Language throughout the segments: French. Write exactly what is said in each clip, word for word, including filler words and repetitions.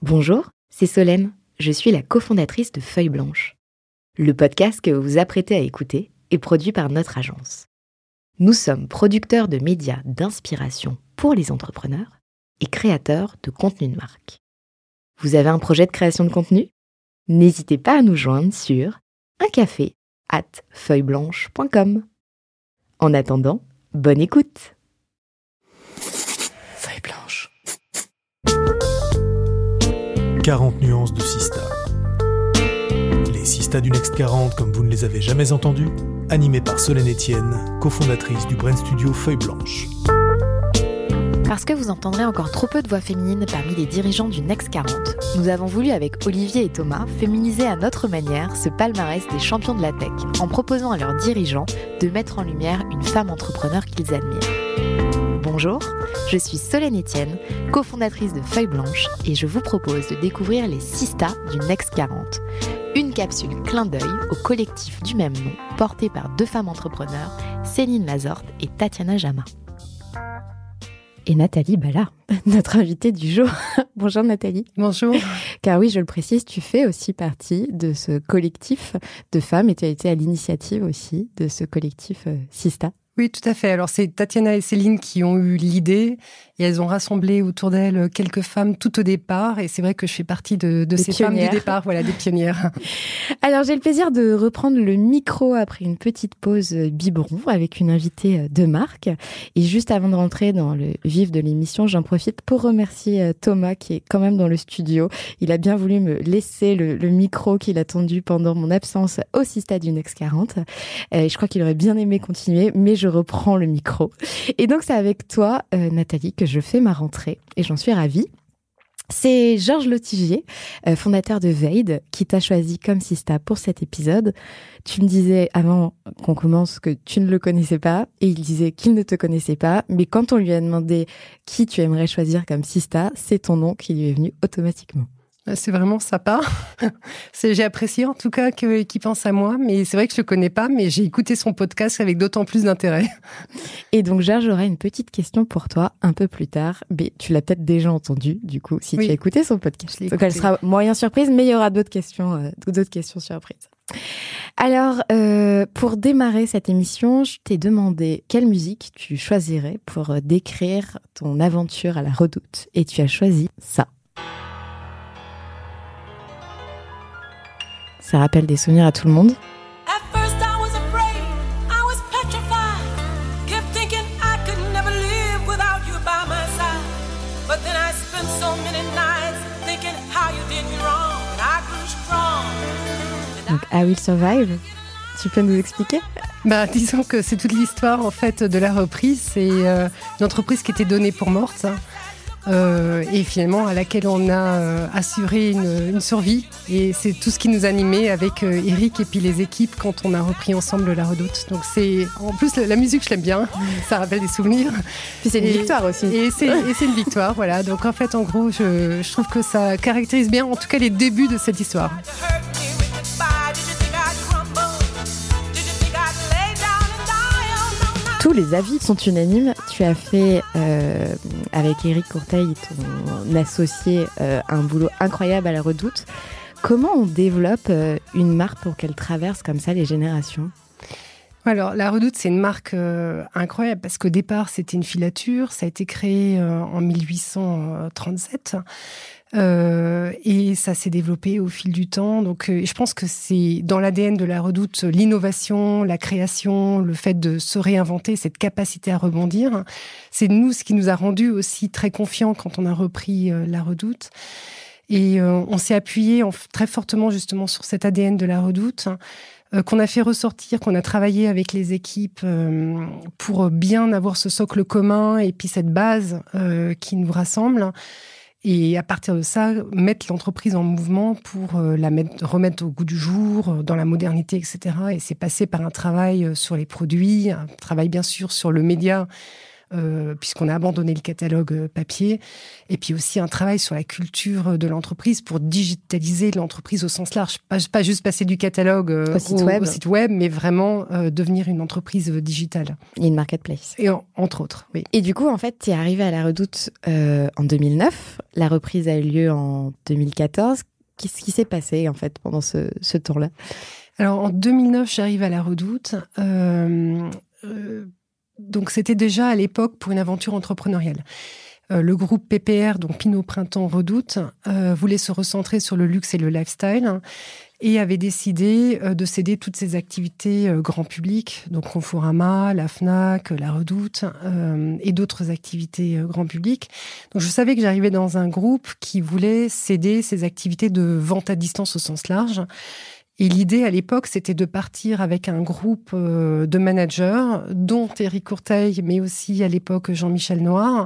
Bonjour, c'est Solène. Je suis la cofondatrice de Feuille Blanche. Le podcast que vous vous apprêtez à écouter est produit par notre agence. Nous sommes producteurs de médias d'inspiration pour les entrepreneurs et créateurs de contenu de marque. Vous avez un projet de création de contenu ? N'hésitez pas à nous joindre sur un café arobase feuille blanche point com. En attendant, bonne écoute. Feuille Blanche. quarante nuances de Sista. Les Sista du Next quarante comme vous ne les avez jamais entendus, animés par Solène Etienne, cofondatrice du brand studio Feuille Blanche. Parce que vous entendrez encore trop peu de voix féminines parmi les dirigeants du Next quarante, nous avons voulu avec Olivier et Thomas féminiser à notre manière ce palmarès des champions de la tech en proposant à leurs dirigeants de mettre en lumière une femme entrepreneur qu'ils admirent. Bonjour, je suis Solène Etienne, cofondatrice de Feuille Blanche et je vous propose de découvrir les Sista du Next quarante. Une capsule clin d'œil au collectif du même nom, porté par deux femmes entrepreneurs, Céline Lazorte et Tatiana Jama. Et Nathalie Bala, notre invitée du jour. Bonjour Nathalie. Bonjour. Car oui, je le précise, tu fais aussi partie de ce collectif de femmes et tu as été à l'initiative aussi de ce collectif euh, Sista. Oui, tout à fait. Alors, c'est Tatiana et Céline qui ont eu l'idée et elles ont rassemblé autour d'elles quelques femmes tout au départ. Et c'est vrai que je fais partie de, de ces pionnières. femmes du départ, voilà, des pionnières. Alors, j'ai le plaisir de reprendre le micro après une petite pause biberon avec une invitée de marque. Et juste avant de rentrer dans le vif de l'émission, j'en profite pour remercier Thomas qui est quand même dans le studio. Il a bien voulu me laisser le, le micro qu'il a tendu pendant mon absence au Sista du Next quarante. Et je crois qu'il aurait bien aimé continuer, mais je reprends le micro. Et donc, c'est avec toi, euh, Nathalie, que je fais ma rentrée et j'en suis ravie. C'est Georges Lotigier, euh, fondateur de Vade, qui t'a choisi comme Sista pour cet épisode. Tu me disais avant qu'on commence que tu ne le connaissais pas et il disait qu'il ne te connaissait pas. Mais quand on lui a demandé qui tu aimerais choisir comme Sista, c'est ton nom qui lui est venu automatiquement. C'est vraiment sympa. C'est, j'ai apprécié en tout cas que, qu'il pense à moi, mais c'est vrai que je ne le connais pas, mais j'ai écouté son podcast avec d'autant plus d'intérêt. Et donc, Georges, j'aurai une petite question pour toi un peu plus tard. Mais tu l'as peut-être déjà entendu, du coup, si oui. tu as écouté son podcast. Donc, elle sera moyen surprise, mais il y aura d'autres questions, euh, d'autres questions surprises. Alors, euh, pour démarrer cette émission, je t'ai demandé quelle musique tu choisirais pour décrire ton aventure à la Redoute. Et tu as choisi ça. Ça rappelle des souvenirs à tout le monde. Donc, I Will Survive. Tu peux nous expliquer ? Bah, disons que c'est toute l'histoire en fait de la reprise. C'est euh, une entreprise qui était donnée pour morte. Hein. Euh, et finalement à laquelle on a euh, assuré une, une survie et c'est tout ce qui nous animait avec euh, Eric et puis les équipes quand on a repris ensemble la Redoute. Donc c'est en plus la, la musique je l'aime bien, ça rappelle des souvenirs. Puis c'est une et, victoire aussi. Et c'est, et c'est une victoire, voilà. Donc en fait en gros je, je trouve que ça caractérise bien en tout cas les débuts de cette histoire. Tous les avis sont unanimes. Tu as fait, euh, avec Éric Courteil, ton associé, euh, un boulot incroyable à la Redoute. Comment on développe euh, une marque pour qu'elle traverse comme ça les générations ? Alors, la Redoute, c'est une marque euh, incroyable parce qu'au départ, c'était une filature. Ça a été créé euh, en dix-huit cent trente-sept. Euh, et ça s'est développé au fil du temps. Donc, euh, je pense que c'est dans l'A D N de la Redoute, l'innovation, la création, le fait de se réinventer, cette capacité à rebondir. C'est nous ce qui nous a rendu aussi très confiants quand on a repris euh, la Redoute. Et euh, on s'est appuyé en, très fortement justement sur cet A D N de la Redoute euh, qu'on a fait ressortir, qu'on a travaillé avec les équipes euh, pour bien avoir ce socle commun et puis cette base euh, qui nous rassemble. Et à partir de ça, mettre l'entreprise en mouvement pour euh, la mettre, remettre au goût du jour, euh, dans la modernité, et cetera. Et c'est passé par un travail sur les produits, un travail bien sûr sur le média, euh, puisqu'on a abandonné le catalogue papier, et puis aussi un travail sur la culture de l'entreprise pour digitaliser l'entreprise au sens large. Pas, pas juste passer du catalogue euh, au, site au, web. au site web, mais vraiment euh, devenir une entreprise digitale. Et une marketplace. Et en, entre autres, oui. Et du coup, en fait, tu es arrivé à la Redoute euh, en deux mille neuf. La reprise a eu lieu en deux mille quatorze. Qu'est-ce qui s'est passé, en fait, pendant ce, ce temps-là ? Alors, en deux mille neuf, j'arrive à la Redoute. Euh, euh, donc, c'était déjà à l'époque pour une aventure entrepreneuriale. Euh, le groupe P P R, donc Pinot Printemps Redoute, euh, voulait se recentrer sur le luxe et le lifestyle et avait décidé euh, de céder toutes ses activités euh, grand public, donc Conforama, la Fnac, la Redoute euh, et d'autres activités euh, grand public. Donc, je savais que j'arrivais dans un groupe qui voulait céder ses activités de vente à distance au sens large. Et l'idée, à l'époque, c'était de partir avec un groupe de managers, dont Éric Courteil, mais aussi, à l'époque, Jean-Michel Noir,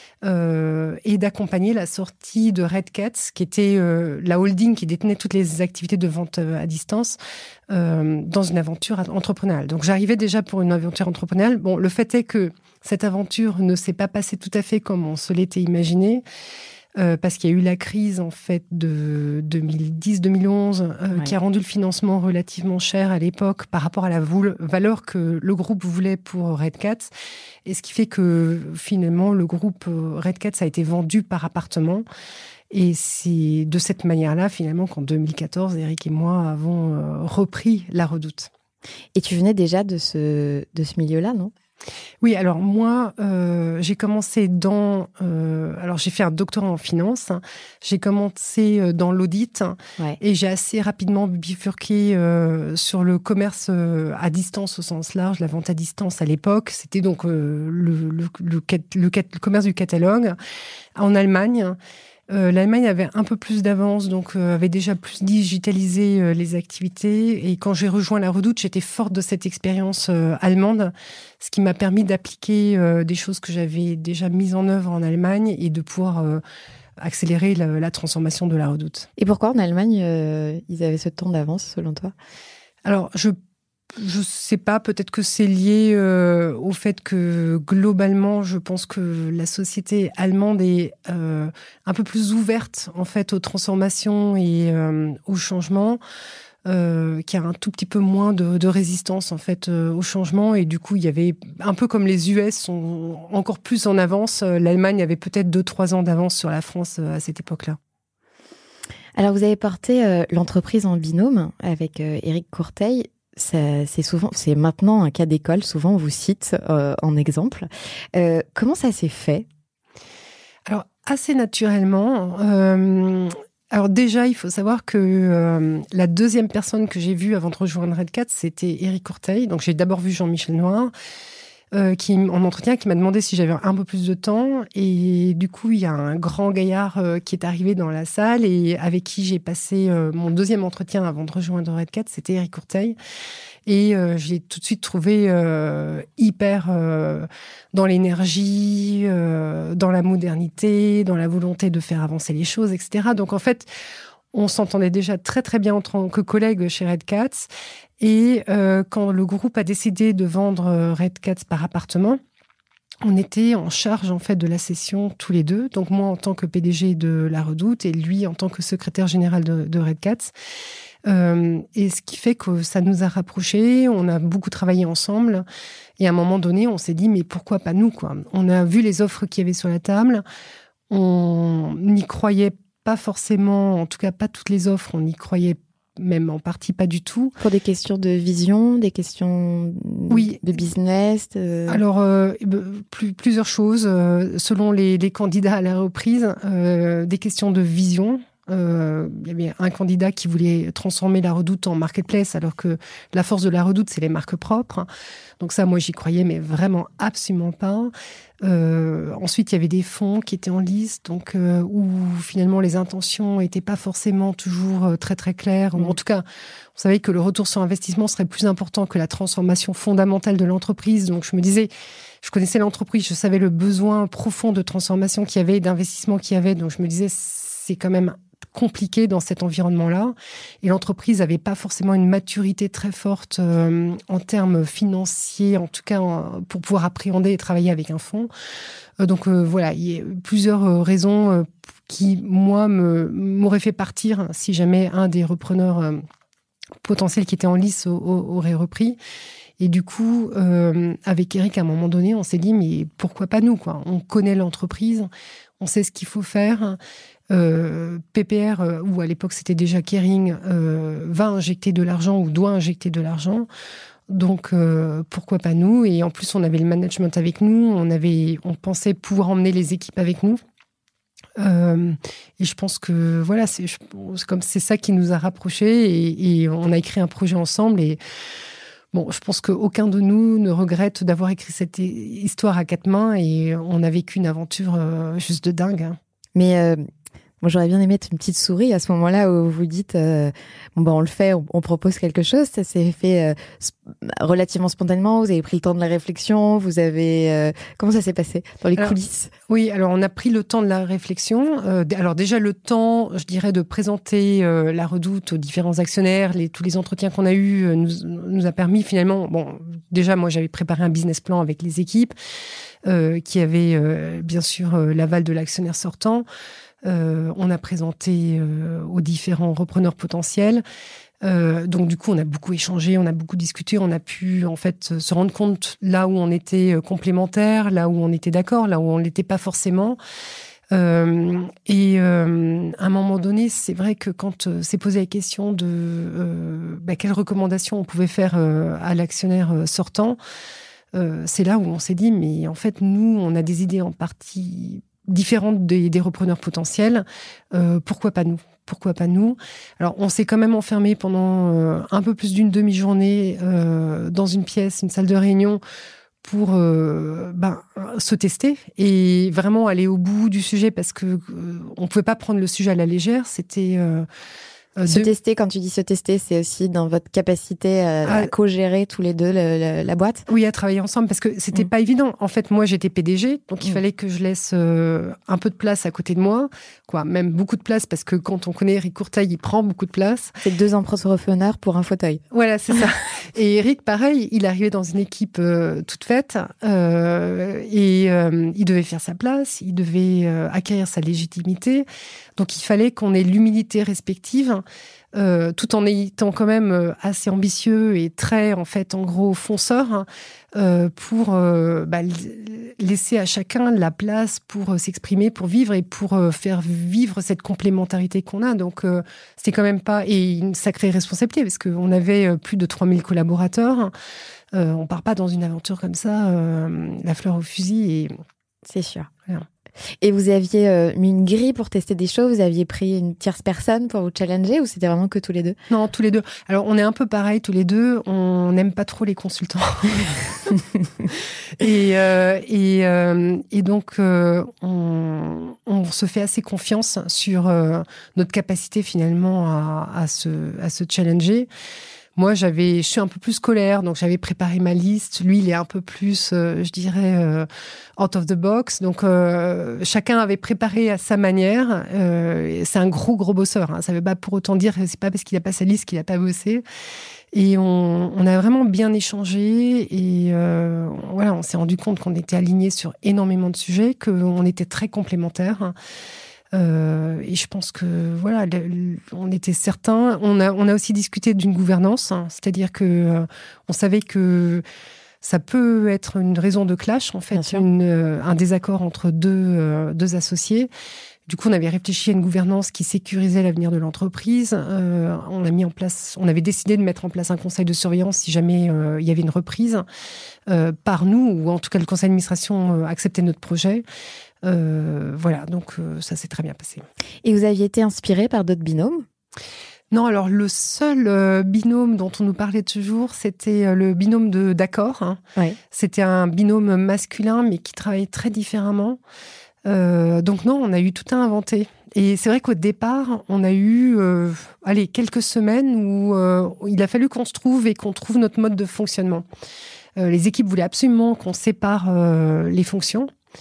euh, et d'accompagner la sortie de Redcats, qui était euh, la holding qui détenait toutes les activités de vente à distance, euh, dans une aventure entrepreneuriale. Donc, j'arrivais déjà pour une aventure entrepreneuriale. Bon, le fait est que cette aventure ne s'est pas passée tout à fait comme on se l'était imaginé. Euh, parce qu'il y a eu la crise en fait de deux mille dix deux mille onze euh, ouais. qui a rendu le financement relativement cher à l'époque par rapport à la voul- valeur que le groupe voulait pour Redcats, et ce qui fait que finalement le groupe Redcats a été vendu par appartement, et c'est de cette manière-là finalement qu'en deux mille quatorze, Éric et moi avons euh, repris la Redoute. Et tu venais déjà de ce, de ce milieu-là, non ? Oui, alors moi, euh, j'ai commencé dans... Euh, alors, j'ai fait un doctorat en finance. J'ai commencé dans l'audit ouais. et j'ai assez rapidement bifurqué euh, sur le commerce à distance au sens large, la vente à distance à l'époque. C'était donc euh, le, le, le, le, le commerce du catalogue en Allemagne. Euh, L'Allemagne avait un peu plus d'avance, donc euh, avait déjà plus digitalisé euh, les activités. Et quand j'ai rejoint la Redoute, j'étais forte de cette expérience euh, allemande, ce qui m'a permis d'appliquer euh, des choses que j'avais déjà mises en œuvre en Allemagne et de pouvoir euh, accélérer la, la transformation de la Redoute. Et pourquoi en Allemagne, euh, ils avaient ce temps d'avance, selon toi ? Alors, je Je sais pas, peut-être que c'est lié euh, au fait que globalement, je pense que la société allemande est euh, un peu plus ouverte en fait aux transformations et euh, aux changements, euh, qui a un tout petit peu moins de, de résistance en fait euh, au changement. Et du coup, il y avait un peu comme les U S sont encore plus en avance. L'Allemagne avait peut-être deux trois ans d'avance sur la France euh, à cette époque-là. Alors, vous avez porté euh, l'entreprise en binôme avec euh, Éric Courteil. Ça, c'est souvent, c'est maintenant un cas d'école. Souvent, on vous cite euh, en exemple. Euh, comment ça s'est fait ? Alors, assez naturellement. Euh, alors déjà, il faut savoir que euh, la deuxième personne que j'ai vue avant de rejoindre Redcats, c'était Éric Courteil. Donc, j'ai d'abord vu Jean-Michel Noir, euh, qui, en entretien, qui m'a demandé si j'avais un peu plus de temps. Et du coup, il y a un grand gaillard euh, qui est arrivé dans la salle et avec qui j'ai passé euh, mon deuxième entretien avant de rejoindre Redcats, c'était Éric Courteil. Et euh, je l'ai tout de suite trouvé euh, hyper euh, dans l'énergie, euh, dans la modernité, dans la volonté de faire avancer les choses, et cetera. Donc en fait, on s'entendait déjà très très bien en tant que collègues chez Redcats. Et euh, quand le groupe a décidé de vendre Redcats par appartement, on était en charge en fait de la session tous les deux. Donc moi en tant que P D G de la Redoute et lui en tant que secrétaire général de, de Redcats. Euh, et ce qui fait que ça nous a rapprochés, on a beaucoup travaillé ensemble. Et à un moment donné, on s'est dit, mais pourquoi pas nous, quoi ? On a vu les offres qu'il y avait sur la table. On n'y croyait pas forcément, en tout cas pas toutes les offres, on n'y croyait même en partie pas du tout. Pour des questions de vision, des questions oui. de business de... Alors, euh, plus, plusieurs choses. Euh, selon les, les candidats à la reprise, euh, des questions de vision. Euh, il y avait un candidat qui voulait transformer la Redoute en marketplace, alors que la force de la Redoute, c'est les marques propres. Donc ça, moi, j'y croyais, mais vraiment absolument pas. Euh, ensuite, il y avait des fonds qui étaient en lice, donc euh, où finalement les intentions n'étaient pas forcément toujours très très claires. Ou en tout cas, on savait que le retour sur investissement serait plus important que la transformation fondamentale de l'entreprise. Donc je me disais, je connaissais l'entreprise, je savais le besoin profond de transformation qu'il y avait, d'investissement qu'il y avait. Donc je me disais, c'est quand même compliqué dans cet environnement-là. Et l'entreprise n'avait pas forcément une maturité très forte euh, en termes financiers, en tout cas en, pour pouvoir appréhender et travailler avec un fonds. Euh, donc euh, voilà, il y a plusieurs euh, raisons euh, qui, moi, me, m'auraient fait partir si jamais un des repreneurs euh, potentiels qui était en lice au, au, aurait repris. Et du coup, euh, avec Eric, à un moment donné, on s'est dit, mais pourquoi pas nous, quoi ? On connaît l'entreprise, on sait ce qu'il faut faire. Euh, P P R, euh, ou à l'époque c'était déjà Kering, euh, va injecter de l'argent ou doit injecter de l'argent. Donc, euh, pourquoi pas nous ? Et en plus, on avait le management avec nous, on, avait, on pensait pouvoir emmener les équipes avec nous. Euh, et je pense que voilà, c'est, je, c'est comme c'est ça qui nous a rapprochés et, et on a écrit un projet ensemble. Et bon, je pense qu'aucun de nous ne regrette d'avoir écrit cette histoire à quatre mains et on a vécu une aventure euh, juste de dingue. Hein. Mais euh, moi, j'aurais bien aimé être une petite souris à ce moment-là où vous dites euh, bon ben on le fait, on, on propose quelque chose. Ça s'est fait euh, sp- relativement spontanément. Vous avez pris le temps de la réflexion. Vous avez euh, comment ça s'est passé dans les alors, coulisses ? Oui, alors on a pris le temps de la réflexion. Euh, alors déjà le temps, je dirais, de présenter euh, la Redoute aux différents actionnaires. Les, tous les entretiens qu'on a eus euh, nous, nous a permis finalement. Bon, déjà moi j'avais préparé un business plan avec les équipes euh, qui avaient euh, bien sûr euh, l'aval de l'actionnaire sortant. Euh, on a présenté euh, aux différents repreneurs potentiels. Euh, donc du coup, on a beaucoup échangé, on a beaucoup discuté, on a pu en fait se rendre compte là où on était complémentaires, là où on était d'accord, là où on l'était pas forcément. Euh, et euh, à un moment donné, c'est vrai que quand euh, s'est posé la question de euh, bah, quelles recommandations on pouvait faire euh, à l'actionnaire euh, sortant, euh, c'est là où on s'est dit, mais en fait, nous, on a des idées en partie différentes des, des repreneurs potentiels. Euh, pourquoi pas nous ? Pourquoi pas nous ? Alors, on s'est quand même enfermé pendant euh, un peu plus d'une demi-journée euh, dans une pièce, une salle de réunion, pour euh, ben, se tester et vraiment aller au bout du sujet parce que euh, on pouvait pas prendre le sujet à la légère. C'était euh, Se de... tester, quand tu dis se tester, c'est aussi dans votre capacité à, à co-gérer tous les deux le, le, la boîte ? Oui, à travailler ensemble, parce que c'était mmh. pas évident. En fait, moi, j'étais P D G, donc mmh. il fallait que je laisse euh, un peu de place à côté de moi, quoi, même beaucoup de place, parce que quand on connaît Eric Courteil, il prend beaucoup de place. C'est deux entrepreneurs pour un fauteuil. Voilà, c'est ça. Et Eric, pareil, il arrivait dans une équipe euh, toute faite, euh, et euh, il devait faire sa place, il devait euh, acquérir sa légitimité. Donc, il fallait qu'on ait l'humilité respective, euh, tout en étant quand même assez ambitieux et très, en fait, en gros, fonceur, hein, euh, pour euh, bah, laisser à chacun la place pour euh, s'exprimer, pour vivre et pour euh, faire vivre cette complémentarité qu'on a. Donc, euh, c'était quand même pas... Et une sacrée responsabilité, parce qu'on avait plus de trois mille collaborateurs. Euh, on part pas dans une aventure comme ça, euh, la fleur au fusil. Et... C'est sûr. Voilà. Et vous aviez euh, mis une grille pour tester des choses ? Vous aviez pris une tierce personne pour vous challenger ou c'était vraiment que tous les deux ? Non, tous les deux. Alors, on est un peu pareil tous les deux. On n'aime pas trop les consultants. et, euh, et, euh, et donc, euh, on, on se fait assez confiance sur euh, notre capacité finalement à, à, se, à se challenger. Moi, j'avais, je suis un peu plus scolaire, donc j'avais préparé ma liste. Lui, il est un peu plus, euh, je dirais, euh, out of the box. Donc, euh, chacun avait préparé à sa manière. Euh, c'est un gros, gros bosseur. Hein. Ça ne veut pas pour autant dire que c'est pas parce qu'il n'a pas sa liste qu'il n'a pas bossé. Et on, on a vraiment bien échangé. Et euh, voilà, on s'est rendu compte qu'on était alignés sur énormément de sujets, qu'on était très complémentaires. Euh, et je pense que voilà, le, on était certains. On a, on a aussi discuté d'une gouvernance, hein, c'est-à-dire que euh, on savait que ça peut être une raison de clash, en fait, une, euh, un désaccord entre deux, euh, deux associés. Du coup, on avait réfléchi à une gouvernance qui sécurisait l'avenir de l'entreprise. Euh, on a mis en place, on avait décidé de mettre en place un conseil de surveillance si jamais euh, il y avait une reprise euh, par nous, ou en tout cas le conseil d'administration euh, acceptait notre projet. Euh, voilà, donc euh, ça s'est très bien passé. Et vous aviez été inspiré par d'autres binômes ? Non, alors le seul euh, binôme dont on nous parlait toujours, c'était euh, le binôme de D'accord. Hein. Ouais. C'était un binôme masculin, mais qui travaillait très différemment. Euh, donc non, on a eu tout à inventer. Et c'est vrai qu'au départ, on a eu euh, allez, quelques semaines où euh, il a fallu qu'on se trouve et qu'on trouve notre mode de fonctionnement. Euh, les équipes voulaient absolument qu'on sépare euh, les fonctions.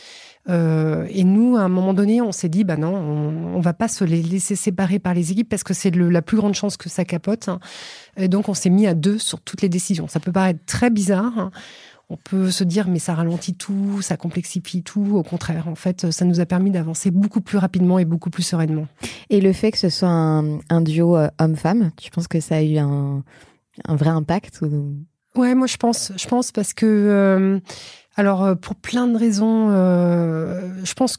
Euh, et nous, à un moment donné, on s'est dit, bah non, on, on va pas se les laisser séparer par les équipes parce que c'est le, la plus grande chance que ça capote. Et donc, on s'est mis à deux sur toutes les décisions. Ça peut paraître très bizarre. On peut se dire, mais ça ralentit tout, ça complexifie tout. Au contraire, en fait, ça nous a permis d'avancer beaucoup plus rapidement et beaucoup plus sereinement. Et le fait que ce soit un, un duo euh, homme-femme, tu penses que ça a eu un, un vrai impact ou... Ouais, moi je pense, je pense parce que, euh, alors pour plein de raisons, euh, je pense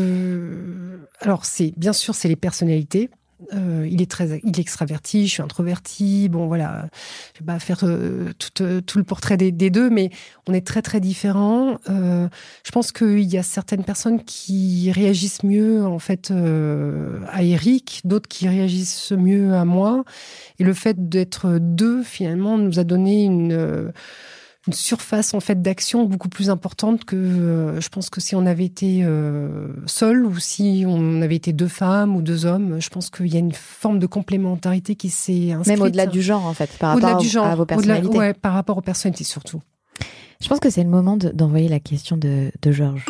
que, alors c'est bien sûr c'est les personnalités. Euh, il est très, il est extraverti, je suis introvertie. Bon voilà, je vais pas faire euh, tout, euh, tout le portrait des, des deux, mais on est très très différents. Euh, je pense qu'il y a certaines personnes qui réagissent mieux en fait euh, à Eric, d'autres qui réagissent mieux à moi. Et le fait d'être deux finalement nous a donné une euh, une surface en fait d'action beaucoup plus importante que euh, je pense que si on avait été euh, seul ou si on avait été deux femmes ou deux hommes, je pense qu'il y a une forme de complémentarité qui s'est inscrite. Même au-delà du genre en fait, par au-delà rapport du genre, à vos personnalités. Au-delà, ouais, par rapport aux personnalités surtout. Je pense que c'est le moment de, d'envoyer la question de, de Georges.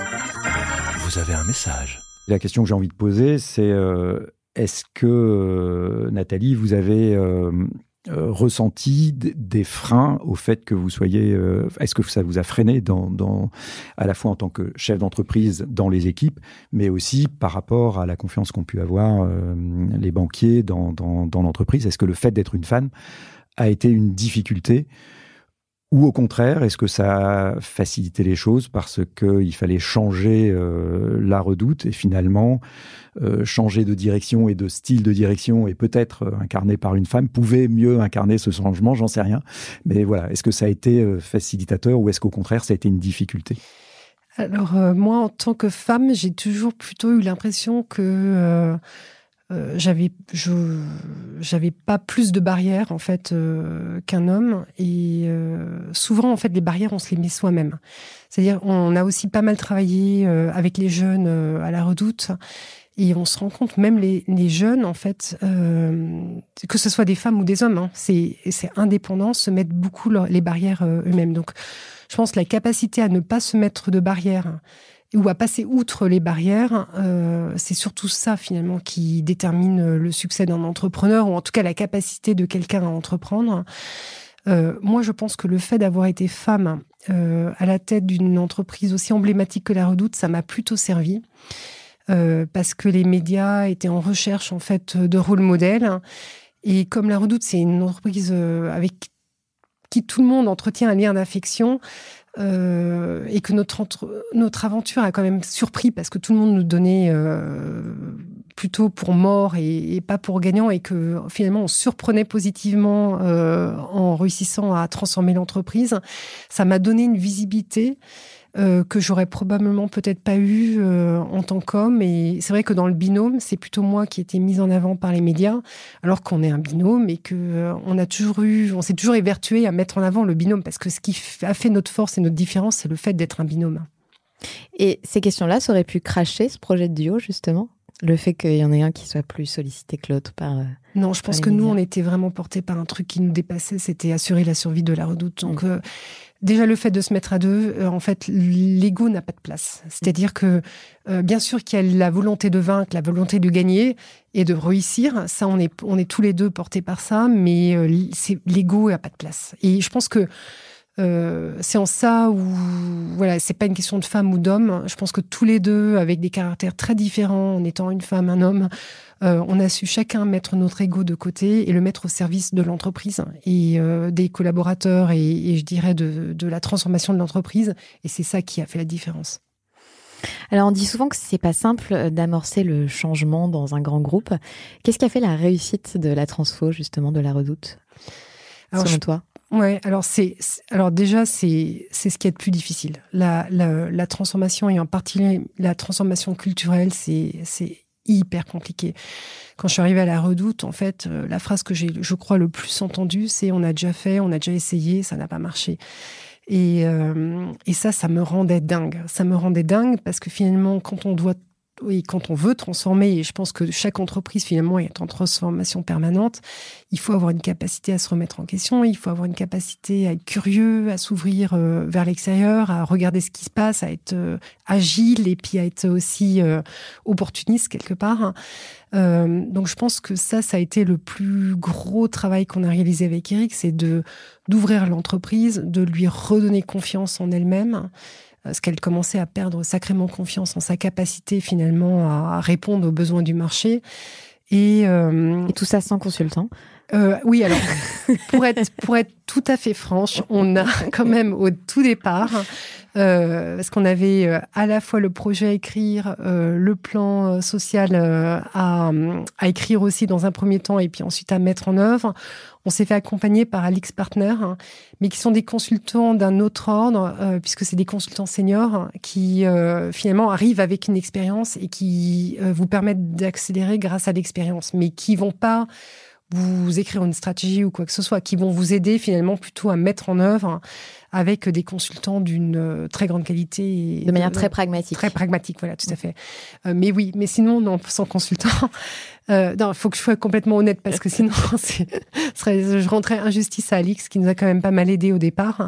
Vous avez un message. La question que j'ai envie de poser, c'est euh, est-ce que, euh, Nathalie, vous avez euh, euh, ressenti d- des freins au fait que vous soyez... Euh, est-ce que ça vous a freiné dans, dans, à la fois en tant que chef d'entreprise dans les équipes, mais aussi par rapport à la confiance qu'ont pu avoir euh, les banquiers dans, dans, dans l'entreprise? Est-ce que le fait d'être une femme a été une difficulté? Ou au contraire, est-ce que ça a facilité les choses parce qu'il fallait changer euh, la Redoute et finalement euh, changer de direction et de style de direction et peut-être euh, incarné par une femme pouvait mieux incarner ce changement, j'en sais rien. Mais voilà, est-ce que ça a été euh, facilitateur ou est-ce qu'au contraire ça a été une difficulté? Alors euh, moi, en tant que femme, j'ai toujours plutôt eu l'impression que... Euh, Euh, j'avais je j'avais pas plus de barrières en fait euh, qu'un homme et euh, souvent en fait les barrières on se les met soi-même. C'est-à-dire on a aussi pas mal travaillé euh, avec les jeunes euh, à la Redoute et on se rend compte même les les jeunes en fait euh, que ce soit des femmes ou des hommes hein, c'est c'est indépendant se mettent beaucoup leur, les barrières euh, eux-mêmes. Donc je pense la capacité à ne pas se mettre de barrières ou à passer outre les barrières, euh, c'est surtout ça finalement qui détermine le succès d'un entrepreneur, ou en tout cas la capacité de quelqu'un à entreprendre. Euh, moi, je pense que le fait d'avoir été femme euh, à la tête d'une entreprise aussi emblématique que la Redoute, ça m'a plutôt servi. Euh, parce que les médias étaient en recherche en fait de rôle modèle. Et comme la Redoute, c'est une entreprise avec qui tout le monde entretient un lien d'affection, Euh, et que notre, entre, notre aventure a quand même surpris parce que tout le monde nous donnait euh, plutôt pour mort et, et pas pour gagnant et que finalement on surprenait positivement euh, en réussissant à transformer l'entreprise. Ça m'a donné une visibilité euh, que j'aurais probablement peut-être pas eu euh, en tant qu'homme. Et c'est vrai que dans le binôme, c'est plutôt moi qui ai été mise en avant par les médias, alors qu'on est un binôme et que euh, on a toujours eu, on s'est toujours évertué à mettre en avant le binôme parce que ce qui a fait notre force et notre différence, c'est le fait d'être un binôme. Et ces questions-là, ça aurait pu cracher ce projet de duo, justement? Le fait qu'il y en ait un qui soit plus sollicité que l'autre par... Euh, non, je pense que nous, on était vraiment portés par un truc qui nous dépassait, c'était assurer la survie de la Redoute. Donc, mmh. euh, déjà, le fait de se mettre à deux, euh, en fait, l'ego n'a pas de place. C'est-à-dire que, euh, bien sûr qu'il y a la volonté de vaincre, la volonté de gagner et de réussir. Ça, on est, on est tous les deux portés par ça, mais euh, c'est, l'ego n'a pas de place. Et je pense que Euh, c'est en ça où, voilà, c'est pas une question de femme ou d'homme. Je pense que tous les deux, avec des caractères très différents, en étant une femme, un homme, euh, on a su chacun mettre notre ego de côté et le mettre au service de l'entreprise et euh, des collaborateurs et, et je dirais de, de la transformation de l'entreprise. Et c'est ça qui a fait la différence. Alors, on dit souvent que c'est pas simple d'amorcer le changement dans un grand groupe. Qu'est-ce qui a fait la réussite de la transfo, justement, de la Redoute, alors, selon je... toi? Ouais, alors c'est, c'est alors déjà c'est c'est ce qui est le plus difficile. La la, la transformation et en particulier la transformation culturelle, c'est c'est hyper compliqué. Quand je suis arrivée à la Redoute, en fait, euh, la phrase que j'ai, je crois, le plus entendue, c'est on a déjà fait, on a déjà essayé, ça n'a pas marché. Et euh, et ça, ça me rendait dingue. Ça me rendait dingue parce que finalement, quand on doit et quand on veut transformer, et je pense que chaque entreprise finalement est en transformation permanente, il faut avoir une capacité à se remettre en question, il faut avoir une capacité à être curieux, à s'ouvrir euh, vers l'extérieur, à regarder ce qui se passe, à être euh, agile et puis à être aussi euh, opportuniste quelque part. Euh, donc je pense que ça, ça a été le plus gros travail qu'on a réalisé avec Eric, c'est de, d'ouvrir l'entreprise, de lui redonner confiance en elle-même, parce qu'elle commençait à perdre sacrément confiance en sa capacité finalement à répondre aux besoins du marché. Et, euh, et tout ça sans consultant. Euh, oui, alors, pour être, pour être tout à fait franche, on a quand même au tout départ, euh, parce qu'on avait euh, à la fois le projet à écrire, euh, le plan social euh, à, à écrire aussi dans un premier temps et puis ensuite à mettre en œuvre. On s'est fait accompagner par Alix Partner, hein, mais qui sont des consultants d'un autre ordre, euh, puisque c'est des consultants seniors qui euh, finalement arrivent avec une expérience et qui euh, vous permettent d'accélérer grâce à l'expérience, mais qui vont pas vous écrire une stratégie ou quoi que ce soit, qui vont vous aider finalement plutôt à mettre en œuvre avec des consultants d'une très grande qualité. De manière de, très pragmatique. Très pragmatique, voilà, tout à fait. Euh, mais oui, mais sinon, non, sans consultant, euh, non, il faut que je sois complètement honnête parce que sinon, c'est, serait, je rentrais injustice à Alix qui nous a quand même pas mal aidé au départ.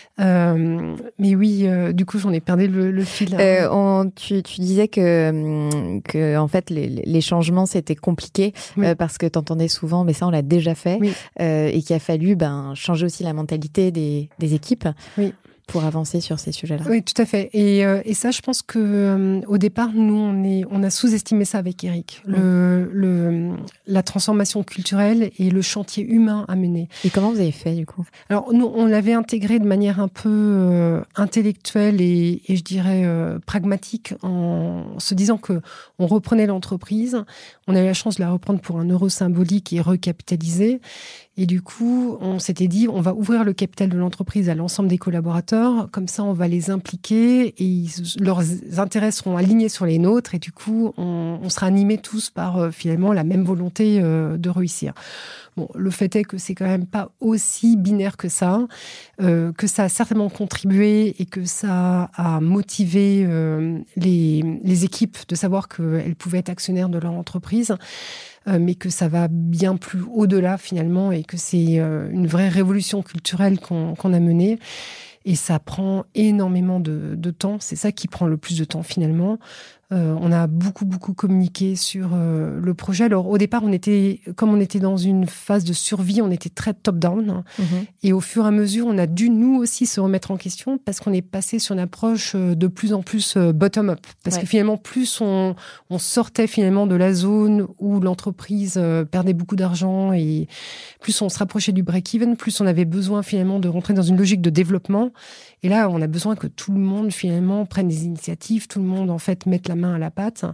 Euh, mais oui, euh, du coup, j'en ai perdu le, le fil. Euh, on, tu, tu disais que, que en fait, les, les changements c'était compliqué oui. euh, parce que t'entendais souvent, mais ça on l'a déjà fait, oui. euh, et qu'il a fallu ben changer aussi la mentalité des, des équipes. Oui. Pour avancer sur ces sujets-là. Oui, tout à fait. Et, euh, et ça, je pense que euh, au départ, nous, on, est, on a sous-estimé ça avec Eric. Mmh. Le, le, la transformation culturelle et le chantier humain à mener. Et comment vous avez fait, du coup ? Alors, nous, on l'avait intégré de manière un peu euh, intellectuelle et, et je dirais euh, pragmatique, en se disant que on reprenait l'entreprise. On a eu la chance de la reprendre pour un euro symbolique et recapitaliser. Et du coup, on s'était dit, on va ouvrir le capital de l'entreprise à l'ensemble des collaborateurs. Comme ça, on va les impliquer et ils, leurs intérêts seront alignés sur les nôtres. Et du coup, on, on sera animés tous par euh, finalement la même volonté euh, de réussir. Bon, le fait est que c'est quand même pas aussi binaire que ça, euh, que ça a certainement contribué et que ça a motivé euh, les, les équipes de savoir qu'elles pouvaient être actionnaires de leur entreprise. Euh, mais que ça va bien plus au-delà finalement et que c'est euh, une vraie révolution culturelle qu'on, qu'on a menée. Et ça prend énormément de, de temps. C'est ça qui prend le plus de temps finalement. Euh, on a beaucoup, beaucoup communiqué sur euh, le projet. Alors, au départ, on était, comme on était dans une phase de survie, on était très top-down. Mmh. Et au fur et à mesure, on a dû, nous aussi, se remettre en question parce qu'on est passé sur une approche de plus en plus bottom-up. Parce ouais. que finalement, plus on, on sortait finalement de la zone où l'entreprise euh, perdait beaucoup d'argent et plus on se rapprochait du break-even, plus on avait besoin finalement de rentrer dans une logique de développement. Et là, on a besoin que tout le monde, finalement, prenne des initiatives, tout le monde, en fait, mette la main à la pâte.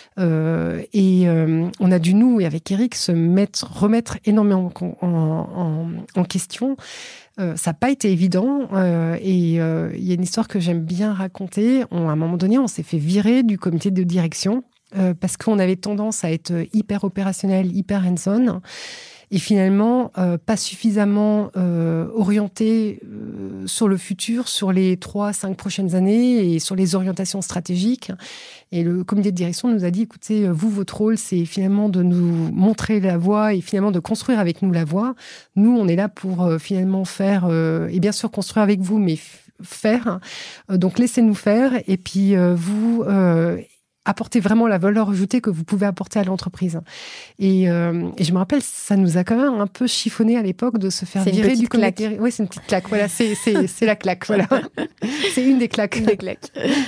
Euh, et euh, on a dû, nous, et avec Eric, se mettre, remettre énormément en, en, en question. Euh, ça n'a pas été évident. Euh, et il euh, y a une histoire que j'aime bien raconter. On, à un moment donné, on s'est fait virer du comité de direction euh, parce qu'on avait tendance à être hyper opérationnel, hyper hands-on. Et finalement, euh, pas suffisamment euh, orienté euh, sur le futur, sur les trois, cinq prochaines années et sur les orientations stratégiques. Et le comité de direction nous a dit, écoutez, vous, votre rôle, c'est finalement de nous montrer la voie et finalement de construire avec nous la voie. Nous, on est là pour euh, finalement faire, euh, et bien sûr construire avec vous, mais f- faire. Euh, donc, laissez-nous faire. Et puis, euh, vous... Euh, apporter vraiment la valeur ajoutée que vous pouvez apporter à l'entreprise. Et, euh, et je me rappelle, ça nous a quand même un peu chiffonné à l'époque de se faire c'est virer du comité. Oui, c'est une petite claque. Voilà, c'est, c'est, c'est la claque. Voilà. C'est une des claques. Une des claques.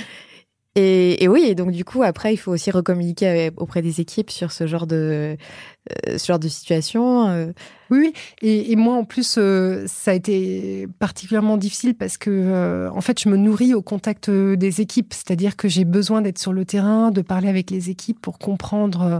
Et, et oui, et donc du coup, après, il faut aussi recommuniquer auprès des équipes sur ce genre de, euh, ce genre de situation. Euh. Oui, oui. Et, et moi, en plus, euh, ça a été particulièrement difficile parce que, euh, en fait, je me nourris au contact des équipes. C'est-à-dire que j'ai besoin d'être sur le terrain, de parler avec les équipes pour comprendre euh,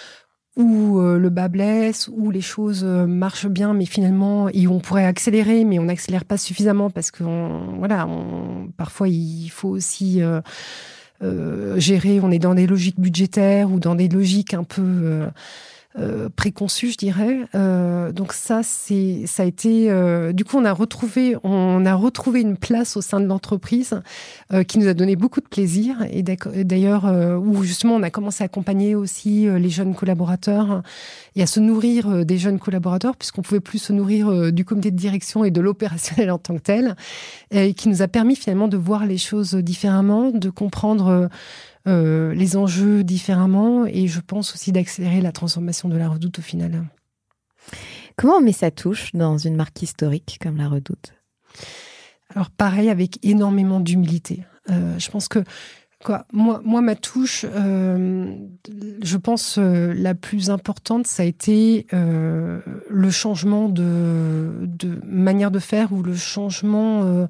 où euh, le bas blesse, où les choses euh, marchent bien, mais finalement, et on pourrait accélérer, mais on n'accélère pas suffisamment parce que, on, voilà, on, parfois, il faut aussi... Euh, Euh, gérer, on est dans des logiques budgétaires ou dans des logiques un peu euh, euh, préconçue, je dirais. Euh, donc ça, c'est, ça a été. Euh, du coup, on a retrouvé, on a retrouvé une place au sein de l'entreprise euh, qui nous a donné beaucoup de plaisir. Et d'ailleurs, euh, où justement, on a commencé à accompagner aussi euh, les jeunes collaborateurs et à se nourrir euh, des jeunes collaborateurs, puisqu'on pouvait plus se nourrir euh, du comité de direction et de l'opérationnel en tant que tel, et qui nous a permis finalement de voir les choses différemment, de comprendre euh, Euh, les enjeux différemment, et je pense aussi d'accélérer la transformation de la Redoute au final. Comment on met sa touche dans une marque historique comme la Redoute ? Alors pareil, avec énormément d'humilité. Euh, je pense que quoi, moi, moi, ma touche, euh, je pense euh, la plus importante, ça a été euh, le changement de, de manière de faire, ou le changement... Euh,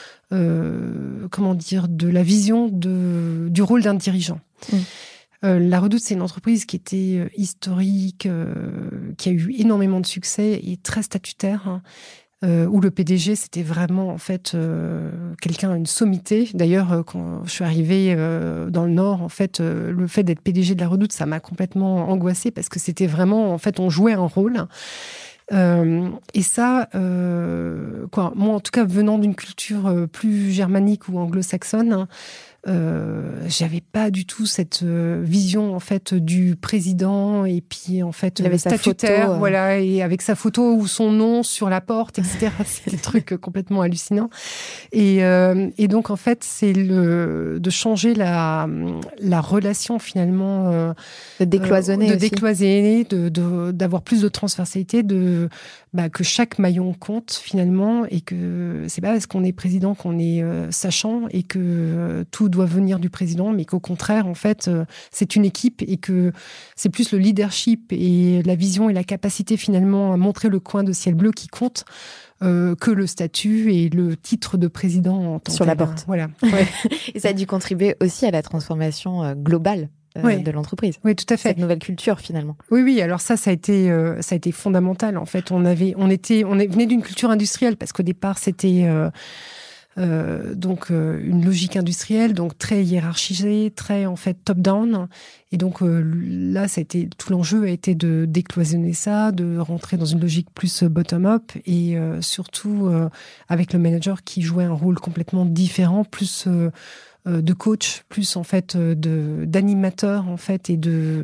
Euh, comment dire, de la vision de, du rôle d'un dirigeant. Mmh. Euh, la Redoute, c'est une entreprise qui était historique, euh, qui a eu énormément de succès et très statutaire, hein, euh, où le P D G, c'était vraiment en fait euh, quelqu'un, une sommité. D'ailleurs, euh, quand je suis arrivée euh, dans le Nord, en fait, euh, le fait d'être P D G de la Redoute, ça m'a complètement angoissée parce que c'était vraiment, en fait, on jouait un rôle. Euh, et ça, euh, quoi, moi, en tout cas, venant d'une culture plus germanique ou anglo-saxonne, euh, j'avais pas du tout cette euh, vision en fait du président, et puis en fait il avait statutaire, photo, euh... voilà, et avec sa photo ou son nom sur la porte, et cetera. C'est des trucs complètement hallucinants. Et, euh, et donc en fait, c'est le de changer la la relation finalement, euh, de décloisonner, euh, de aussi. décloisonner, de, de d'avoir plus de transversalité, de bah, que chaque maillon compte finalement, et que c'est pas parce qu'on est président qu'on est euh, sachant et que euh, tout doit venir du président, mais qu'au contraire, en fait, euh, c'est une équipe, et que c'est plus le leadership et la vision et la capacité finalement à montrer le coin de ciel bleu qui compte, euh, que le statut et le titre de président en tant sur que la tel. porte. Voilà. Ouais. Et ça a dû contribuer aussi à la transformation euh, globale euh, oui. de l'entreprise. Oui, tout à fait. Cette nouvelle culture finalement. Oui, oui. Alors ça, ça a été, euh, ça a été fondamental. En fait, on avait, on était, on venait d'une culture industrielle, parce qu'au départ, c'était euh, Euh, donc euh, une logique industrielle, donc très hiérarchisée, très en fait top-down. Et donc euh, là, ça a été, tout l'enjeu a été de décloisonner ça, de rentrer dans une logique plus bottom-up, et euh, surtout euh, avec le manager qui jouait un rôle complètement différent, plus euh, euh, de coach, plus en fait de d'animateur en fait, et de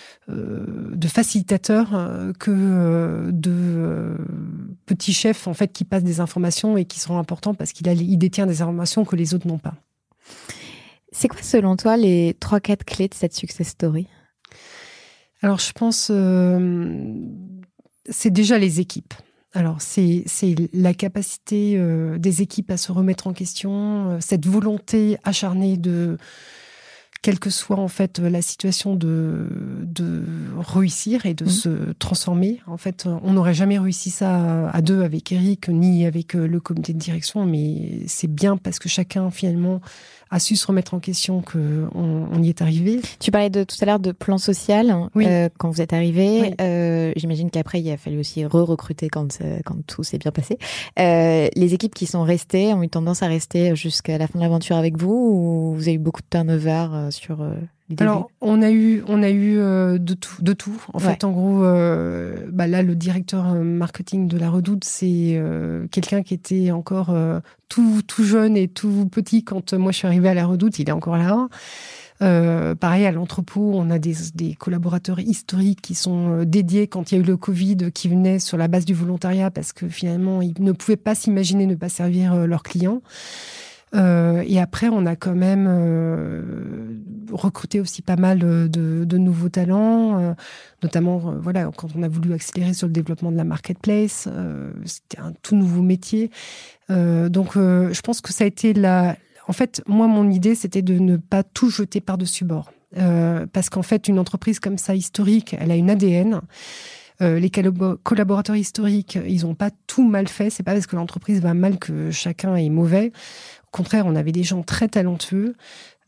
de facilitateur que de petits chefs en fait qui passent des informations et qui sont importants parce qu'il a, il détient des informations que les autres n'ont pas. C'est quoi selon toi les trois quatre clés de cette success story ? Alors je pense euh, c'est déjà les équipes. Alors c'est c'est la capacité euh, des équipes à se remettre en question, euh, cette volonté acharnée de, quelle que soit en fait la situation, de de réussir et de mmh. se transformer. En fait, on n'aurait jamais réussi ça à deux avec Eric ni avec le comité de direction, mais c'est bien parce que chacun finalement a su se remettre en question qu'on on y est arrivé. Tu parlais de, tout à l'heure de plan social oui. euh, quand vous êtes arrivé. Oui. Euh, j'imagine qu'après, il a fallu aussi re-recruter quand, quand tout s'est bien passé. Euh, les équipes qui sont restées ont eu tendance à rester jusqu'à la fin de l'aventure avec vous, ou vous avez eu beaucoup de turnover sur euh, les débuts ? Alors, on a eu, on a eu euh, de tout. De tout. En ouais. fait, en gros, euh, bah là, le directeur marketing de la Redoute, c'est euh, quelqu'un qui était encore euh, tout, tout jeune et tout petit quand moi je suis arrivée à la Redoute. Il est encore là. Euh, pareil, à l'entrepôt, on a des, des collaborateurs historiques qui sont dédiés quand il y a eu le Covid, qui venaient sur la base du volontariat parce que finalement, ils ne pouvaient pas s'imaginer ne pas servir leurs clients. Euh, et après, on a quand même euh, recruté aussi pas mal de, de nouveaux talents, euh, notamment euh, voilà, quand on a voulu accélérer sur le développement de la marketplace, euh, c'était un tout nouveau métier. Euh, donc, euh, je pense que ça a été la... En fait, moi, mon idée, c'était de ne pas tout jeter par-dessus bord. Euh, parce qu'en fait, une entreprise comme ça, historique, elle a une A D N. Euh, les collaborateurs historiques, ils n'ont pas tout mal fait. C'est pas parce que l'entreprise va mal que chacun est mauvais. Au contraire, on avait des gens très talentueux.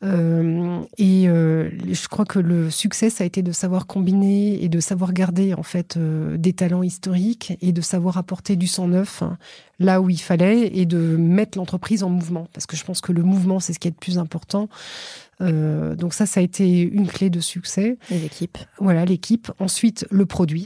Euh, et euh, je crois que le succès, ça a été de savoir combiner et de savoir garder en fait euh, des talents historiques et de savoir apporter du sang neuf hein, là où il fallait et de mettre l'entreprise en mouvement. Parce que je pense que le mouvement, c'est ce qui est le plus important. Euh, donc ça, ça a été une clé de succès. Les équipes. Voilà, l'équipe. Ensuite, le produit.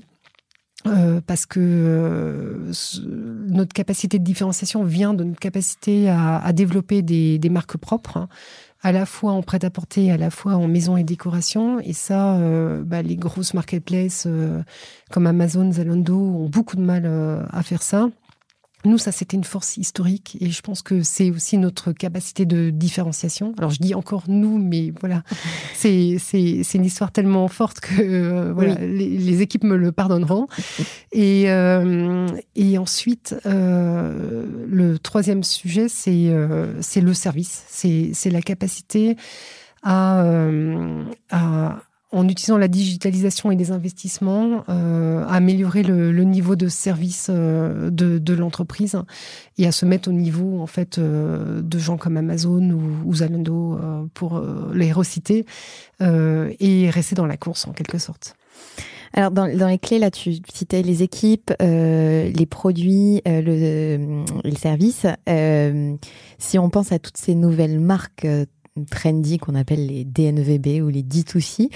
Euh, parce que euh, notre capacité de différenciation vient de notre capacité à, à développer des, des marques propres, hein, à la fois en prêt-à-porter, à la fois en maison et décoration. Et ça, euh, bah, les grosses marketplaces euh, comme Amazon, Zalando ont beaucoup de mal euh, à faire ça. Nous, ça, c'était une force historique et je pense que c'est aussi notre capacité de différenciation. Alors, je dis encore nous, mais voilà, c'est, c'est, c'est une histoire tellement forte que euh, voilà, oui. les, les équipes me le pardonneront. Et, euh, et ensuite, euh, le troisième sujet, c'est, euh, c'est le service. C'est, c'est la capacité à... Euh, à en utilisant la digitalisation et les investissements, euh, à améliorer le, le niveau de service euh, de, de l'entreprise et à se mettre au niveau en fait euh, de gens comme Amazon ou, ou Zalando euh, pour euh, les reciter euh, et rester dans la course en quelque sorte. Alors, dans, dans les clés, là, tu citais les équipes, euh, les produits, euh, le, euh, les services. Euh, si on pense à toutes ces nouvelles marques euh, trendy qu'on appelle les D N V B ou les D deux C.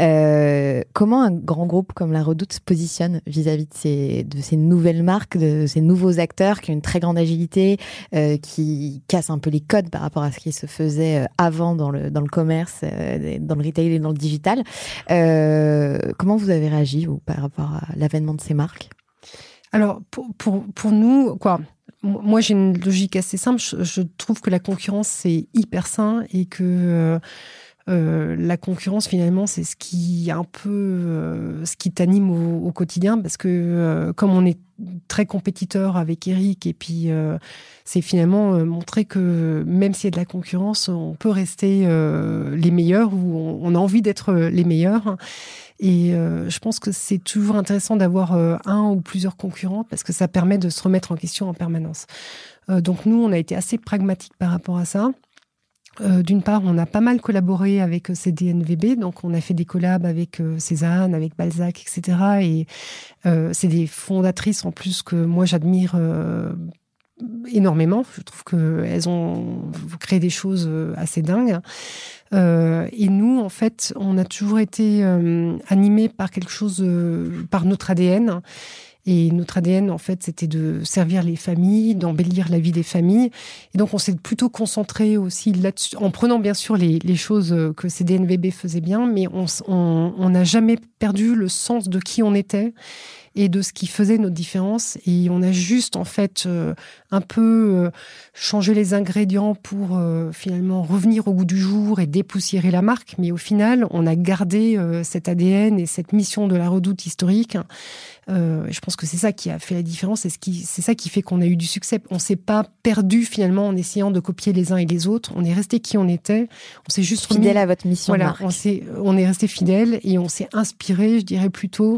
Euh, comment un grand groupe comme La Redoute se positionne vis-à-vis de ces, de ces nouvelles marques, de ces nouveaux acteurs qui ont une très grande agilité, euh, qui cassent un peu les codes par rapport à ce qui se faisait avant dans le, dans le commerce, euh, dans le retail et dans le digital. Euh, comment vous avez réagi vous, par rapport à l'avènement de ces marques ? Alors, pour, pour, pour nous, quoi moi, j'ai une logique assez simple. Je, je trouve que la concurrence, c'est hyper sain et que euh, euh, la concurrence, finalement, c'est ce qui un peu euh, ce qui t'anime au, au quotidien. Parce que euh, comme on est très compétiteur avec Eric, et puis euh, c'est finalement euh, montrer que même s'il y a de la concurrence, on peut rester euh, les meilleurs ou on, on a envie d'être les meilleurs. Et euh, je pense que c'est toujours intéressant d'avoir euh, un ou plusieurs concurrents parce que ça permet de se remettre en question en permanence. Euh, donc nous, on a été assez pragmatiques par rapport à ça. Euh, d'une part, on a pas mal collaboré avec euh, ces D N V B, donc on a fait des collabs avec euh, Cézanne, avec Balzac, et cetera. Et euh, c'est des fondatrices en plus que moi j'admire euh, énormément. Je trouve qu'elles ont créé des choses assez dingues. Euh, et nous, en fait, on a toujours été euh, animés par quelque chose, euh, par notre A D N. Et notre A D N, en fait, c'était de servir les familles, d'embellir la vie des familles. Et donc, on s'est plutôt concentré aussi là-dessus, en prenant bien sûr les, les choses que ces D N V B faisaient bien, mais on n'a jamais perdu le sens de qui on était et de ce qui faisait notre différence. Et on a juste, en fait, euh, un peu euh, changé les ingrédients pour euh, finalement revenir au goût du jour et dépoussiérer la marque. Mais au final, on a gardé euh, cet A D N et cette mission de La Redoute historique. Euh, je pense que c'est ça qui a fait la différence et ce qui, c'est ça qui fait qu'on a eu du succès. On s'est pas perdu finalement en essayant de copier les uns et les autres. On est resté qui on était. On s'est juste fidèle remis... à votre mission. Voilà, marque. on s'est, on est resté fidèle et on s'est inspiré, je dirais plutôt.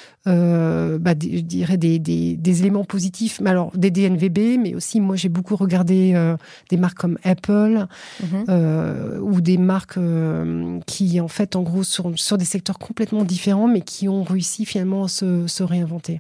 Euh, bah, je dirais des, des, des éléments positifs, mais alors des D N V B, mais aussi moi j'ai beaucoup regardé euh, des marques comme Apple mm-hmm. euh, ou des marques euh, qui en fait en gros sur, sur des secteurs complètement différents, mais qui ont réussi finalement à se, se réinventer.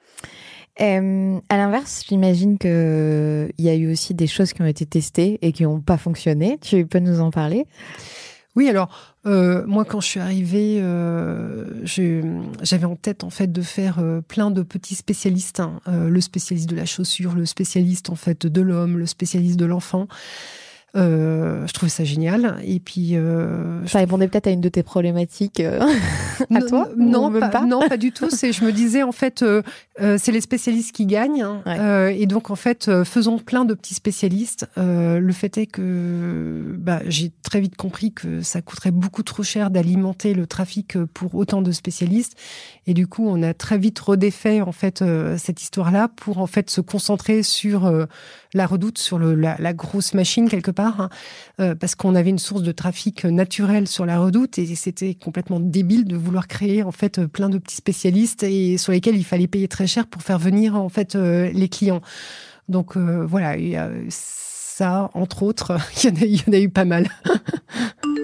Euh, à l'inverse, j'imagine que il y a eu aussi des choses qui ont été testées et qui n'ont pas fonctionné. Tu peux nous en parler ? Oui, alors euh, moi quand je suis arrivée, euh, je, j'avais en tête en fait de faire euh, plein de petits spécialistes, hein, euh, le spécialiste de la chaussure, le spécialiste en fait de l'homme, le spécialiste de l'enfant. Euh, je trouvais ça génial. Et puis, euh, ça répondait peut-être à une de tes problématiques euh, à non, toi non, même pas, pas non, pas du tout. C'est, je me disais en fait, euh, euh, c'est les spécialistes qui gagnent. Hein, ouais. euh, et donc en fait, euh, faisons plein de petits spécialistes. Euh, le fait est que bah, j'ai très vite compris que ça coûterait beaucoup trop cher d'alimenter le trafic pour autant de spécialistes. Et du coup, on a très vite redéfait en fait euh, cette histoire-là pour en fait se concentrer sur euh, La Redoute, sur le, la, la grosse machine quelque part. Hein, euh, parce qu'on avait une source de trafic naturel sur La Redoute et c'était complètement débile de vouloir créer en fait plein de petits spécialistes et sur lesquels il fallait payer très cher pour faire venir en fait euh, les clients. Donc euh, voilà, et, euh, ça entre autres, il y en a, il y en a eu pas mal.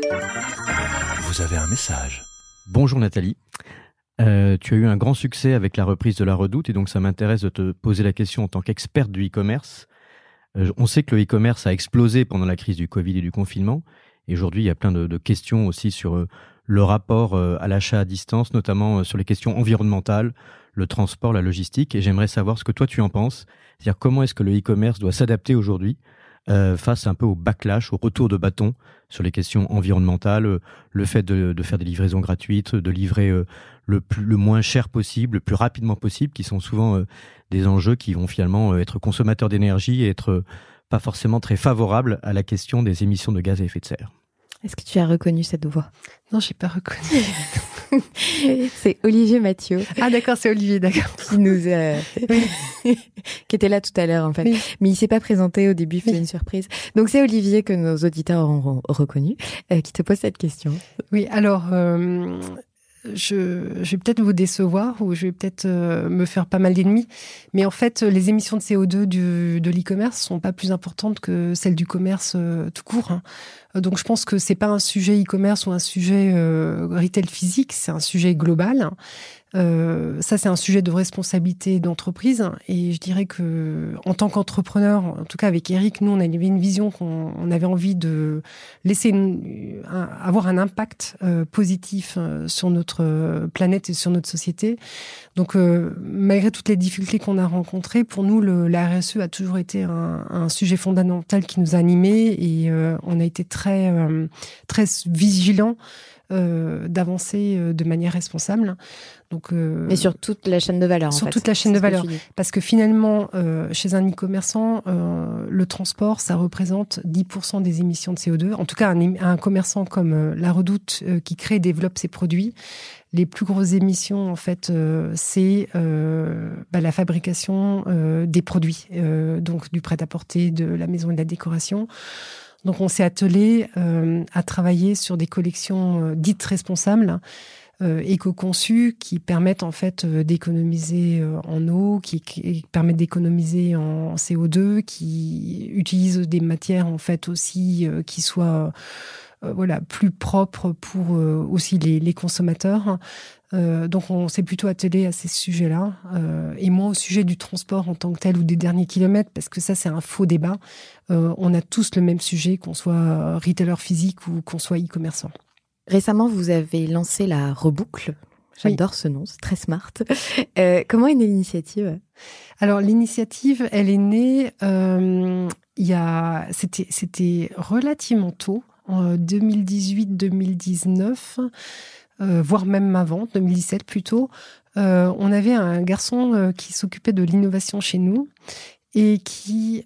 Vous avez un message. Bonjour Nathalie. Euh, tu as eu un grand succès avec la reprise de La Redoute et donc ça m'intéresse de te poser la question en tant qu'experte du e-commerce. Euh, on sait que le e-commerce a explosé pendant la crise du Covid et du confinement. Et aujourd'hui, il y a plein de, de questions aussi sur euh, le rapport euh, à l'achat à distance, notamment euh, sur les questions environnementales, le transport, la logistique. Et j'aimerais savoir ce que toi tu en penses. C'est-à-dire comment est-ce que le e-commerce doit s'adapter aujourd'hui euh, face un peu au backlash, au retour de bâton sur les questions environnementales, euh, le fait de, de faire des livraisons gratuites, de livrer euh, le, plus, le moins cher possible, le plus rapidement possible, qui sont souvent euh, des enjeux qui vont finalement euh, être consommateurs d'énergie et être euh, pas forcément très favorables à la question des émissions de gaz à effet de serre. Est-ce que tu as reconnu cette voix? Non, j'ai pas reconnu. C'est Olivier Mathieu. Ah d'accord, c'est Olivier, d'accord. Qui nous a... qui était là tout à l'heure en fait. Oui. Mais il s'est pas présenté au début, c'est oui. une surprise. Donc c'est Olivier que nos auditeurs auront reconnu, euh, qui te pose cette question. Oui, alors... Euh... Je, je vais peut-être vous décevoir ou je vais peut-être euh, me faire pas mal d'ennemis. Mais en fait, les émissions de C O deux du, de l'e-commerce sont pas plus importantes que celles du commerce euh, tout court. Hein. Donc, je pense que c'est pas un sujet e-commerce ou un sujet euh, retail physique, c'est un sujet global. Euh, ça, c'est un sujet de responsabilité d'entreprise. Et je dirais que, en tant qu'entrepreneur, en tout cas avec Eric, nous, on avait une vision qu'on on avait envie de laisser une, un, avoir un impact euh, positif euh, sur notre planète et sur notre société. Donc, euh, malgré toutes les difficultés qu'on a rencontrées, pour nous, le, la R S E a toujours été un, un sujet fondamental qui nous a animés et euh, on a été très, euh, très vigilants Euh, d'avancer euh, de manière responsable. Donc, euh, Mais sur toute la chaîne de valeur, sur en fait. toute la chaîne de valeur. Parce que finalement, euh, chez un e-commerçant, euh, le transport, ça représente dix pour cent des émissions de C O deux. En tout cas, un, un commerçant comme euh, La Redoute, euh, qui crée et développe ses produits, les plus grosses émissions, en fait, euh, c'est euh, bah, la fabrication euh, des produits, euh, donc du prêt-à-porter, de la maison et de la décoration. Donc, on s'est attelé euh, à travailler sur des collections euh, dites responsables, euh, éco-conçues, qui permettent en fait euh, d'économiser euh, en eau, qui, qui permettent d'économiser en C O deux, qui utilisent des matières en fait aussi euh, qui soient euh, voilà plus propres pour euh, aussi les, les consommateurs. Euh, donc, on s'est plutôt attelé à ces sujets-là, euh, et moins au sujet du transport en tant que tel ou des derniers kilomètres, parce que ça, c'est un faux débat. Euh, on a tous le même sujet, qu'on soit retailer physique ou qu'on soit e-commerçant. Récemment, vous avez lancé la Reboucle. J'adore oui. ce nom, c'est très smart. Euh, comment est née l'initiative ? Alors, l'initiative, elle est née, euh, il y a, c'était, c'était relativement tôt, en deux mille dix-huit deux mille dix-neuf, Euh, voire même avant, deux mille dix-sept plutôt, euh, on avait un garçon euh, qui s'occupait de l'innovation chez nous et qui,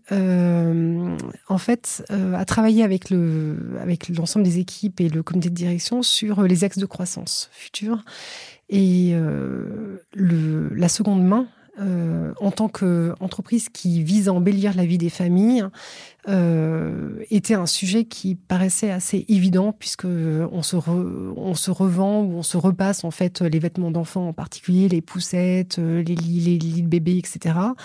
euh, en fait, euh, a travaillé avec, le, avec l'ensemble des équipes et le comité de direction sur les axes de croissance futurs. Et euh, le, la seconde main, Euh, en tant qu'entreprise qui vise à embellir la vie des familles, euh, était un sujet qui paraissait assez évident puisque on se, re, on se revend ou on se repasse en fait les vêtements d'enfants en particulier, les poussettes, les lits, les lits de bébés, et cetera.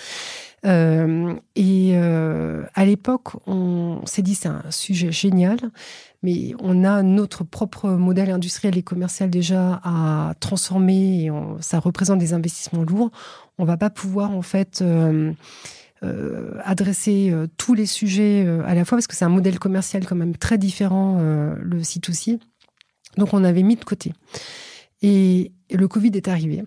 Euh, et euh, à l'époque, on s'est dit c'est un sujet génial, mais on a notre propre modèle industriel et commercial déjà à transformer et on, ça représente des investissements lourds. On va pas pouvoir en fait euh, euh, adresser euh, tous les sujets euh, à la fois parce que c'est un modèle commercial quand même très différent, euh, le C deux C. Donc on avait mis de côté. Et, et le Covid est arrivé.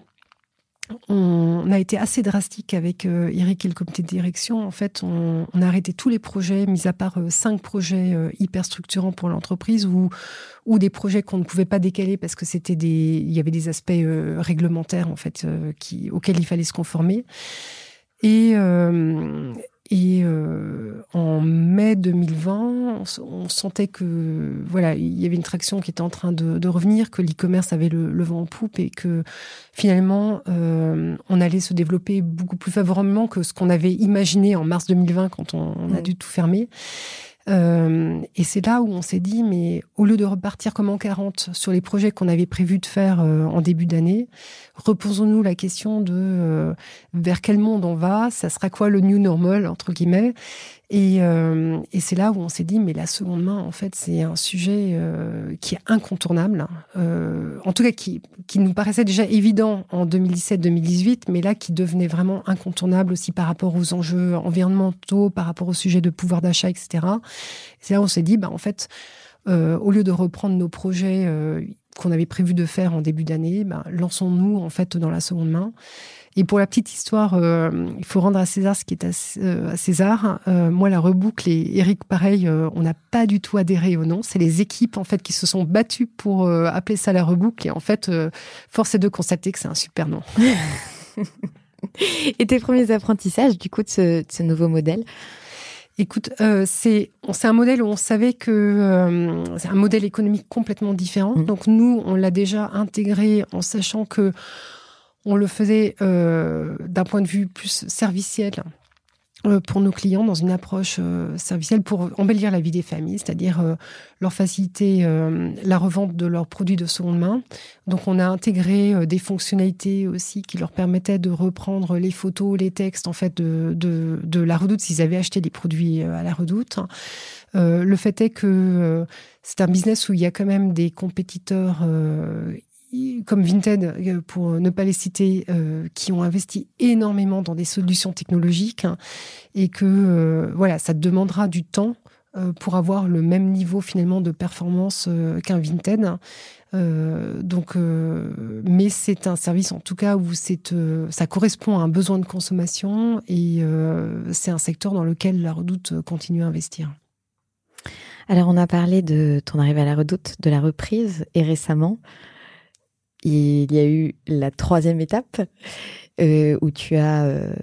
On a été assez drastique avec euh, Eric et le comité de direction. En fait, on, on a arrêté tous les projets, mis à part euh, cinq projets euh, hyper structurants pour l'entreprise ou, ou des projets qu'on ne pouvait pas décaler parce que c'était des, il y avait des aspects euh, réglementaires en fait euh, qui, auxquels il fallait se conformer. Et, euh, et euh, en mai deux mille vingt, on, on sentait que voilà, il y avait une traction qui était en train de, de revenir, que l'e-commerce avait le, le vent en poupe et que finalement, euh, on allait se développer beaucoup plus favorablement que ce qu'on avait imaginé en mars deux mille vingt quand on, on a dû tout fermer. Euh, et c'est là où on s'est dit, mais au lieu de repartir comme en quarante sur les projets qu'on avait prévu de faire euh, en début d'année, reposons-nous la question de euh, vers quel monde on va, ça sera quoi le new normal, entre guillemets. Et, euh, et c'est là où on s'est dit, mais la seconde main, en fait, c'est un sujet euh, qui est incontournable. Euh, en tout cas, qui, qui nous paraissait déjà évident en deux mille dix-sept deux mille dix-huit, mais là, qui devenait vraiment incontournable aussi par rapport aux enjeux environnementaux, par rapport au sujet de pouvoir d'achat, et cetera. C'est là où on s'est dit, bah, en fait, euh, au lieu de reprendre nos projets euh, qu'on avait prévu de faire en début d'année, bah, lançons-nous, en fait, dans la seconde main. Et pour la petite histoire, euh, il faut rendre à César ce qui est à, euh, à César. Euh, moi, la Reboucle et Eric, pareil, euh, on n'a pas du tout adhéré au nom. C'est les équipes en fait qui se sont battues pour euh, appeler ça la Reboucle. Et en fait, euh, force est de constater que c'est un super nom. Et tes premiers apprentissages, du coup, de ce, de ce nouveau modèle? Écoute, euh, c'est, c'est un modèle où on savait que euh, c'est un modèle économique complètement différent. Mmh. Donc nous, on l'a déjà intégré en sachant que on le faisait euh, d'un point de vue plus serviciel euh, pour nos clients, dans une approche euh, servicielle pour embellir la vie des familles, c'est-à-dire euh, leur faciliter euh, la revente de leurs produits de seconde main. Donc on a intégré euh, des fonctionnalités aussi qui leur permettaient de reprendre les photos, les textes en fait de, de, de la Redoute s'ils avaient acheté des produits à la Redoute. Euh, le fait est que euh, c'est un business où il y a quand même des compétiteurs euh, comme Vinted, pour ne pas les citer, euh, qui ont investi énormément dans des solutions technologiques hein, et que euh, voilà, ça demandera du temps euh, pour avoir le même niveau finalement de performance euh, qu'un Vinted. Euh, donc, euh, mais c'est un service en tout cas où c'est, euh, ça correspond à un besoin de consommation et euh, c'est un secteur dans lequel la Redoute continue à investir. Alors, on a parlé de ton arrivée à la Redoute, de la reprise et récemment, il y a eu la troisième étape euh, où tu as euh,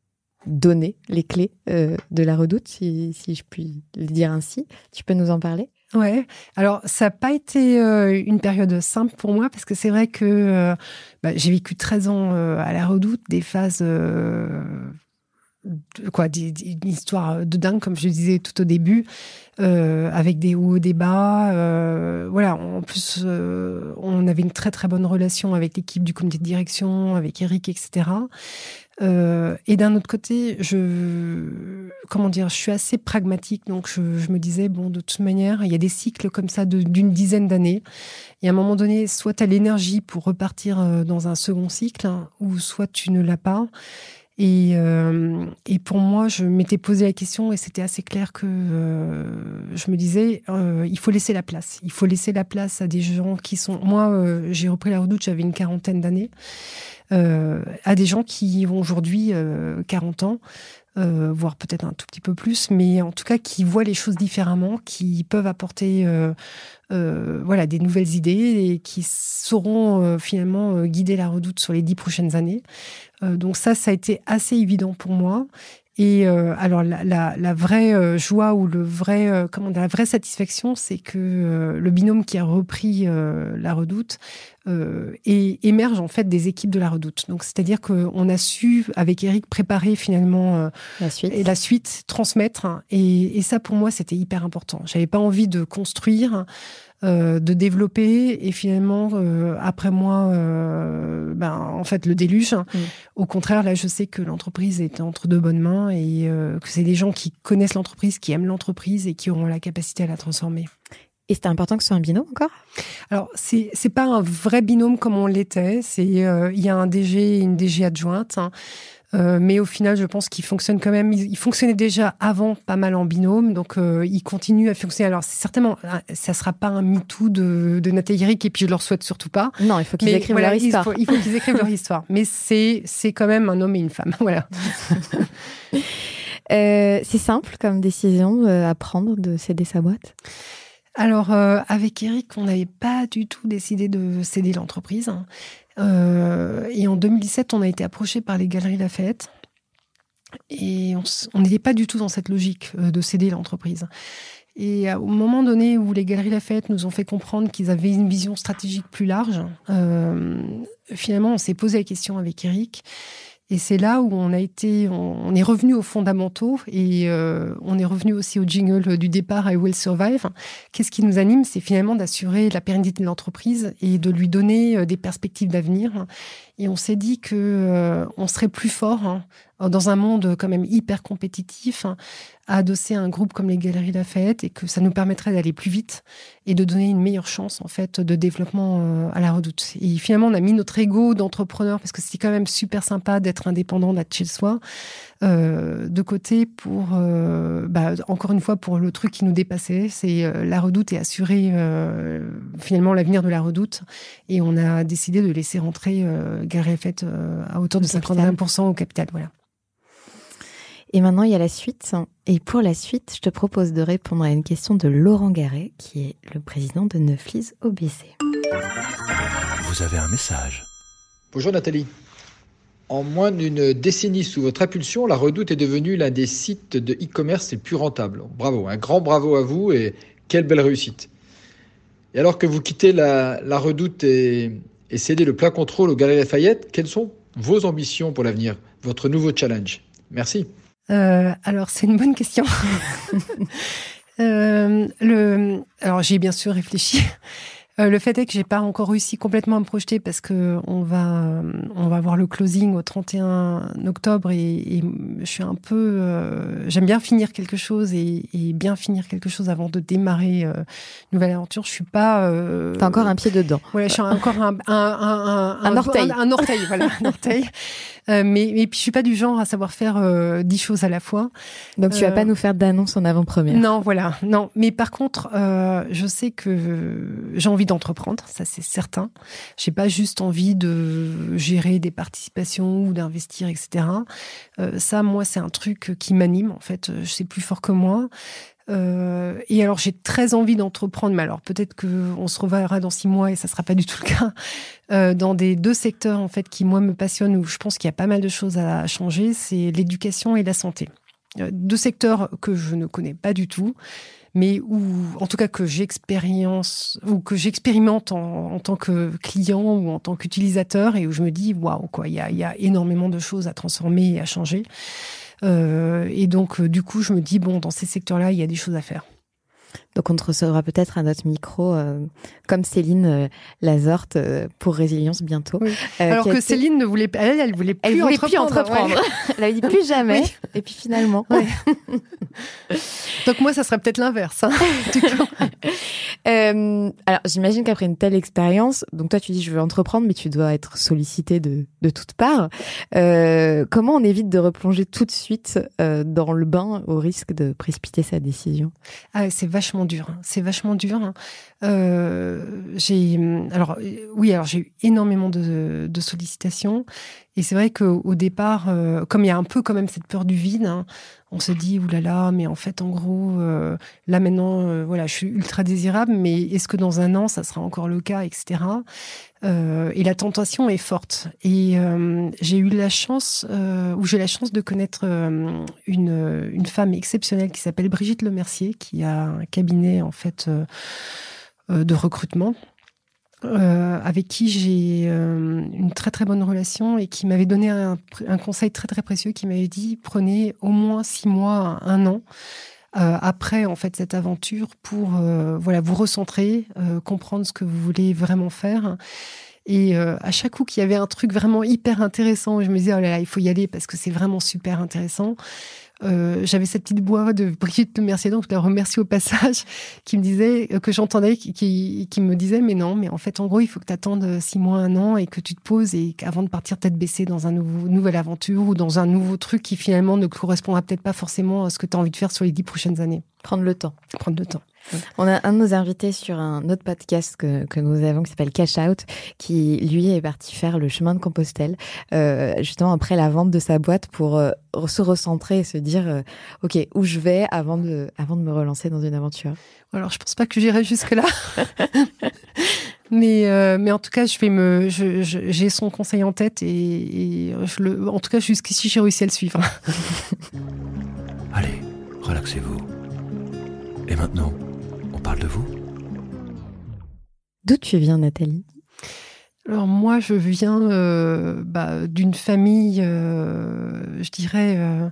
donné les clés euh, de la Redoute, si, si je puis le dire ainsi. Tu peux nous en parler ? Ouais. Alors, ça n'a pas été euh, une période simple pour moi parce que c'est vrai que euh, bah, j'ai vécu treize ans euh, à la Redoute, des phases... Euh, quoi, une histoire de dingue, comme je le disais tout au début, euh, avec des hauts, des bas. Euh, voilà, en plus, euh, on avait une très très bonne relation avec l'équipe du comité de direction, avec Eric, et cetera. Euh, et d'un autre côté, je, comment dire, je suis assez pragmatique, donc je, je me disais, bon, de toute manière, il y a des cycles comme ça de, d'une dizaine d'années. Et à un moment donné, soit tu as l'énergie pour repartir dans un second cycle, hein, ou soit tu ne l'as pas. Et, euh, et pour moi, je m'étais posé la question et c'était assez clair que euh, je me disais, euh, il faut laisser la place. Il faut laisser la place à des gens qui sont... Moi, euh, j'ai repris la Redoute, j'avais une quarantaine d'années, euh, à des gens qui ont aujourd'hui euh, quarante ans, euh, voire peut-être un tout petit peu plus, mais en tout cas qui voient les choses différemment, qui peuvent apporter... Euh, Euh, voilà, des nouvelles idées et qui sauront euh, finalement euh, guider la Redoute sur les dix prochaines années. Euh, donc ça, ça a été assez évident pour moi. Et euh, alors la, la, la vraie euh, joie ou le vrai, euh, comment dire, la vraie satisfaction, c'est que euh, le binôme qui a repris euh, la Redoute euh, et émerge en fait des équipes de la Redoute. Donc c'est-à-dire qu'on a su avec Eric préparer finalement euh, la suite, et la suite, transmettre. Et, et ça pour moi c'était hyper important. J'avais pas envie de construire. Euh, de développer et finalement euh, après moi euh, ben, en fait le déluge. Mmh. Au contraire, là je sais que l'entreprise est entre de bonnes mains et euh, que c'est des gens qui connaissent l'entreprise, qui aiment l'entreprise et qui auront la capacité à la transformer. Et c'était important que ce soit un binôme encore ? Alors, c'est, c'est pas un vrai binôme comme on l'était. C'est, euh, il y a un D G et une D G adjointe. Hein. Euh, mais au final, je pense qu'il fonctionne quand même. Il, il fonctionnait déjà avant pas mal en binôme, donc euh, il continue à fonctionner. Alors, c'est certainement, ça sera pas un MeToo de, de Nathalie Eric, et puis je leur souhaite surtout pas. Non, il faut qu'ils mais écrivent voilà, leur histoire. Il faut, il faut qu'ils écrivent leur histoire. Mais c'est, c'est quand même un homme et une femme. Voilà. euh, c'est simple comme décision euh, à prendre de céder sa boîte ? Alors, euh, avec Eric, on n'avait pas du tout décidé de céder l'entreprise. Euh, et en deux mille dix-sept, on a été approché par les Galeries Lafayette. Et on n'était pas du tout dans cette logique euh, de céder l'entreprise. Et au moment donné où les Galeries Lafayette nous ont fait comprendre qu'ils avaient une vision stratégique plus large, euh, finalement, on s'est posé la question avec Eric. Et c'est là où on a été, on, on est revenu aux fondamentaux et euh, on est revenu aussi au jingle du départ I Will Survive. Qu'est-ce qui nous anime? C'est finalement d'assurer la pérennité de l'entreprise et de lui donner des perspectives d'avenir. Et on s'est dit que euh, on serait plus fort hein, dans un monde quand même hyper compétitif hein, à adosser un groupe comme les Galeries Lafayette et que ça nous permettrait d'aller plus vite et de donner une meilleure chance en fait de développement euh, à la Redoute. Et finalement, on a mis notre ego d'entrepreneur parce que c'était quand même super sympa d'être indépendant, d'être chez soi, euh, de côté pour euh, bah, encore une fois pour le truc qui nous dépassait, c'est euh, la Redoute et assurer euh, finalement l'avenir de la Redoute. Et on a décidé de laisser rentrer euh, Galeries Lafayette euh, à hauteur de cinquante-un pour cent au capital. Voilà. Et maintenant, il y a la suite. Et pour la suite, je te propose de répondre à une question de Laurent Garret, qui est le président de Neuflis O B C. Vous avez un message. Bonjour Nathalie. En moins d'une décennie sous votre impulsion, la Redoute est devenue l'un des sites de e-commerce les plus rentables. Bravo, un grand bravo à vous et quelle belle réussite. Et alors que vous quittez la, la Redoute et, et cédez le plein contrôle aux Galeries Lafayette, quelles sont vos ambitions pour l'avenir, votre nouveau challenge? Merci. Euh, alors, c'est une bonne question. euh, le, alors, j'y ai bien sûr réfléchi. Euh, le fait est que j'ai pas encore réussi complètement à me projeter parce que on va, on va avoir le closing au trente et un octobre et, et je suis un peu, euh, j'aime bien finir quelque chose et, et bien finir quelque chose avant de démarrer euh, une nouvelle aventure. Je suis pas. Euh, T'as encore un pied dedans. Voilà, je suis encore un, un, un, un, un orteil, un, un orteil, voilà, un orteil. Euh, mais, mais puis je suis pas du genre à savoir faire euh, dix choses à la fois. Donc tu vas euh, pas nous faire d'annonce en avant-première. Non, voilà, non. Mais par contre, euh, je sais que j'ai envie d'entreprendre, ça c'est certain. J'ai pas juste envie de gérer des participations ou d'investir, et cetera. Euh, ça, moi, c'est un truc qui m'anime. En fait, c'est plus fort que moi. Euh, et alors, j'ai très envie d'entreprendre, mais alors peut-être qu'on se reverra dans six mois et ça sera pas du tout le cas, euh, dans des deux secteurs en fait qui, moi, me passionnent, où je pense qu'il y a pas mal de choses à changer, c'est l'éducation et la santé. Euh, deux secteurs que je ne connais pas du tout, mais où, en tout cas, que j'expérience ou que j'expérimente en, en tant que client ou en tant qu'utilisateur et où je me dis, waouh, quoi, il y a, il y a énormément de choses à transformer et à changer. Euh, et donc, euh, du coup, je me dis, bon, dans ces secteurs-là, il y a des choses à faire. Donc, on te recevra peut-être à notre micro, euh, comme Céline euh, Lazorte, euh, pour Résilience bientôt. Oui. Euh, Alors que été... Céline ne voulait, elle, elle voulait plus elle voulait entreprendre. Plus entreprendre. Ouais. Elle avait dit plus jamais. Oui. Et puis finalement. Ouais. Donc moi, ça serait peut-être l'inverse. Hein, du coup. Euh, alors, j'imagine qu'après une telle expérience, donc toi, tu dis je veux entreprendre, mais tu dois être sollicité de, de toutes parts. Euh, comment on évite de replonger tout de suite euh, dans le bain au risque de précipiter sa décision? Ah, c'est vachement dur. Hein. C'est vachement dur. Hein. Euh, j'ai, alors oui, alors j'ai eu énormément de, de sollicitations. Et c'est vrai qu'au départ, euh, comme il y a un peu quand même cette peur du vide, hein, on se dit oulala, mais en fait, en gros, euh, là maintenant, euh, voilà, je suis ultra désirable, mais est-ce que dans un an, ça sera encore le cas, et cetera. Euh, et la tentation est forte. Et euh, j'ai eu la chance, euh, ou j'ai la chance de connaître euh, une, une femme exceptionnelle qui s'appelle Brigitte Lemercier, qui a un cabinet en fait euh, euh, de recrutement. Euh, avec qui j'ai euh, une très très bonne relation et qui m'avait donné un, un conseil très très précieux, qui m'avait dit prenez au moins six mois, un an euh, après en fait cette aventure pour euh, voilà vous recentrer, euh, comprendre ce que vous voulez vraiment faire. Et euh, à chaque coup qu'il y avait un truc vraiment hyper intéressant, je me disais oh là là il faut y aller parce que c'est vraiment super intéressant. Euh, j'avais cette petite voix de Brigitte Lemercier, donc je la remercie au passage, qui me disait, que j'entendais, qui, qui, qui me disait, mais non, mais en fait, en gros, il faut que tu attendes six mois, un an, et que tu te poses, et qu'avant de partir tête baissée dans un nouveau, nouvelle aventure, ou dans un nouveau truc qui finalement ne correspondra peut-être pas forcément à ce que tu as envie de faire sur les dix prochaines années. Prendre le temps. Prendre le temps. On a un de nos invités sur un autre podcast que, que nous avons qui s'appelle Cash Out, qui lui est parti faire le chemin de Compostelle, euh, justement après la vente de sa boîte pour euh, se recentrer et se dire euh, ok, où je vais avant de, avant de me relancer dans une aventure. Alors je pense pas que j'irai jusque-là. Mais, euh, mais en tout cas, je vais me, je, je, j'ai son conseil en tête et, et je le, en tout cas, jusqu'ici, j'ai réussi à le suivre. Allez, relaxez-vous. Et maintenant, on parle de vous ? D'où tu viens, Nathalie ? Alors moi, je viens euh, bah, d'une famille, euh, je dirais, euh,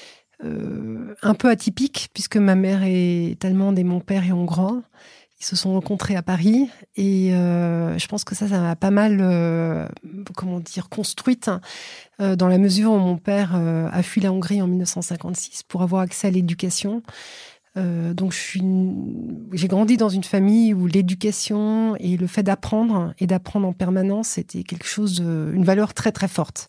euh, un peu atypique, puisque ma mère est allemande et mon père est hongrois. Ils se sont rencontrés à Paris et euh, je pense que ça, ça m'a pas mal, euh, comment dire, construite, euh, dans la mesure où mon père euh, a fui la Hongrie en mille neuf cent cinquante-six pour avoir accès à l'éducation. Euh, donc, je suis une... j'ai grandi dans une famille où l'éducation et le fait d'apprendre et d'apprendre en permanence, c'était quelque chose, de... une valeur très très forte.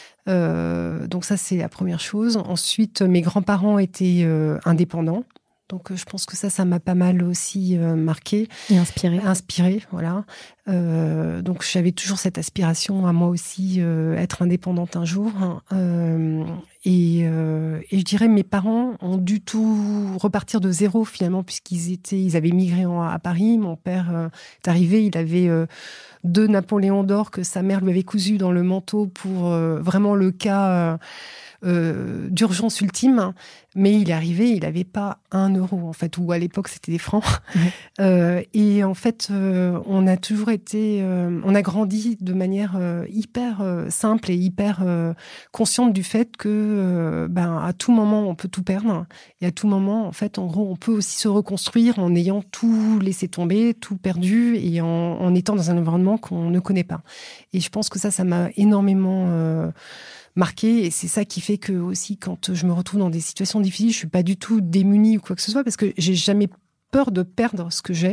Euh, donc ça, c'est la première chose. Ensuite, mes grands-parents étaient euh, indépendants. Donc, je pense que ça, ça m'a pas mal aussi euh, marqué. Et inspiré. Inspiré, voilà. Euh, donc, j'avais toujours cette aspiration à moi aussi euh, être indépendante un jour. Euh, et, euh, et je dirais, mes parents ont dû tout repartir de zéro, finalement, puisqu'ils étaient, ils avaient migré en, à Paris. Mon père euh, est arrivé, il avait euh, deux Napoléons d'or que sa mère lui avait cousus dans le manteau pour euh, vraiment le cas... Euh, Euh, d'urgence ultime, mais il est arrivé, il n'avait pas un euro en fait, ou à l'époque c'était des francs. Ouais. Euh, et en fait, euh, on a toujours été, euh, on a grandi de manière euh, hyper euh, simple et hyper euh, consciente du fait que, euh, ben à tout moment on peut tout perdre, et à tout moment en fait, en gros, on peut aussi se reconstruire en ayant tout laissé tomber, tout perdu, et en, en étant dans un environnement qu'on ne connaît pas. Et je pense que ça, ça m'a énormément euh, marqué, et c'est ça qui fait que aussi quand je me retrouve dans des situations difficiles, je suis pas du tout démunie ou quoi que ce soit, parce que j'ai jamais peur de perdre ce que j'ai.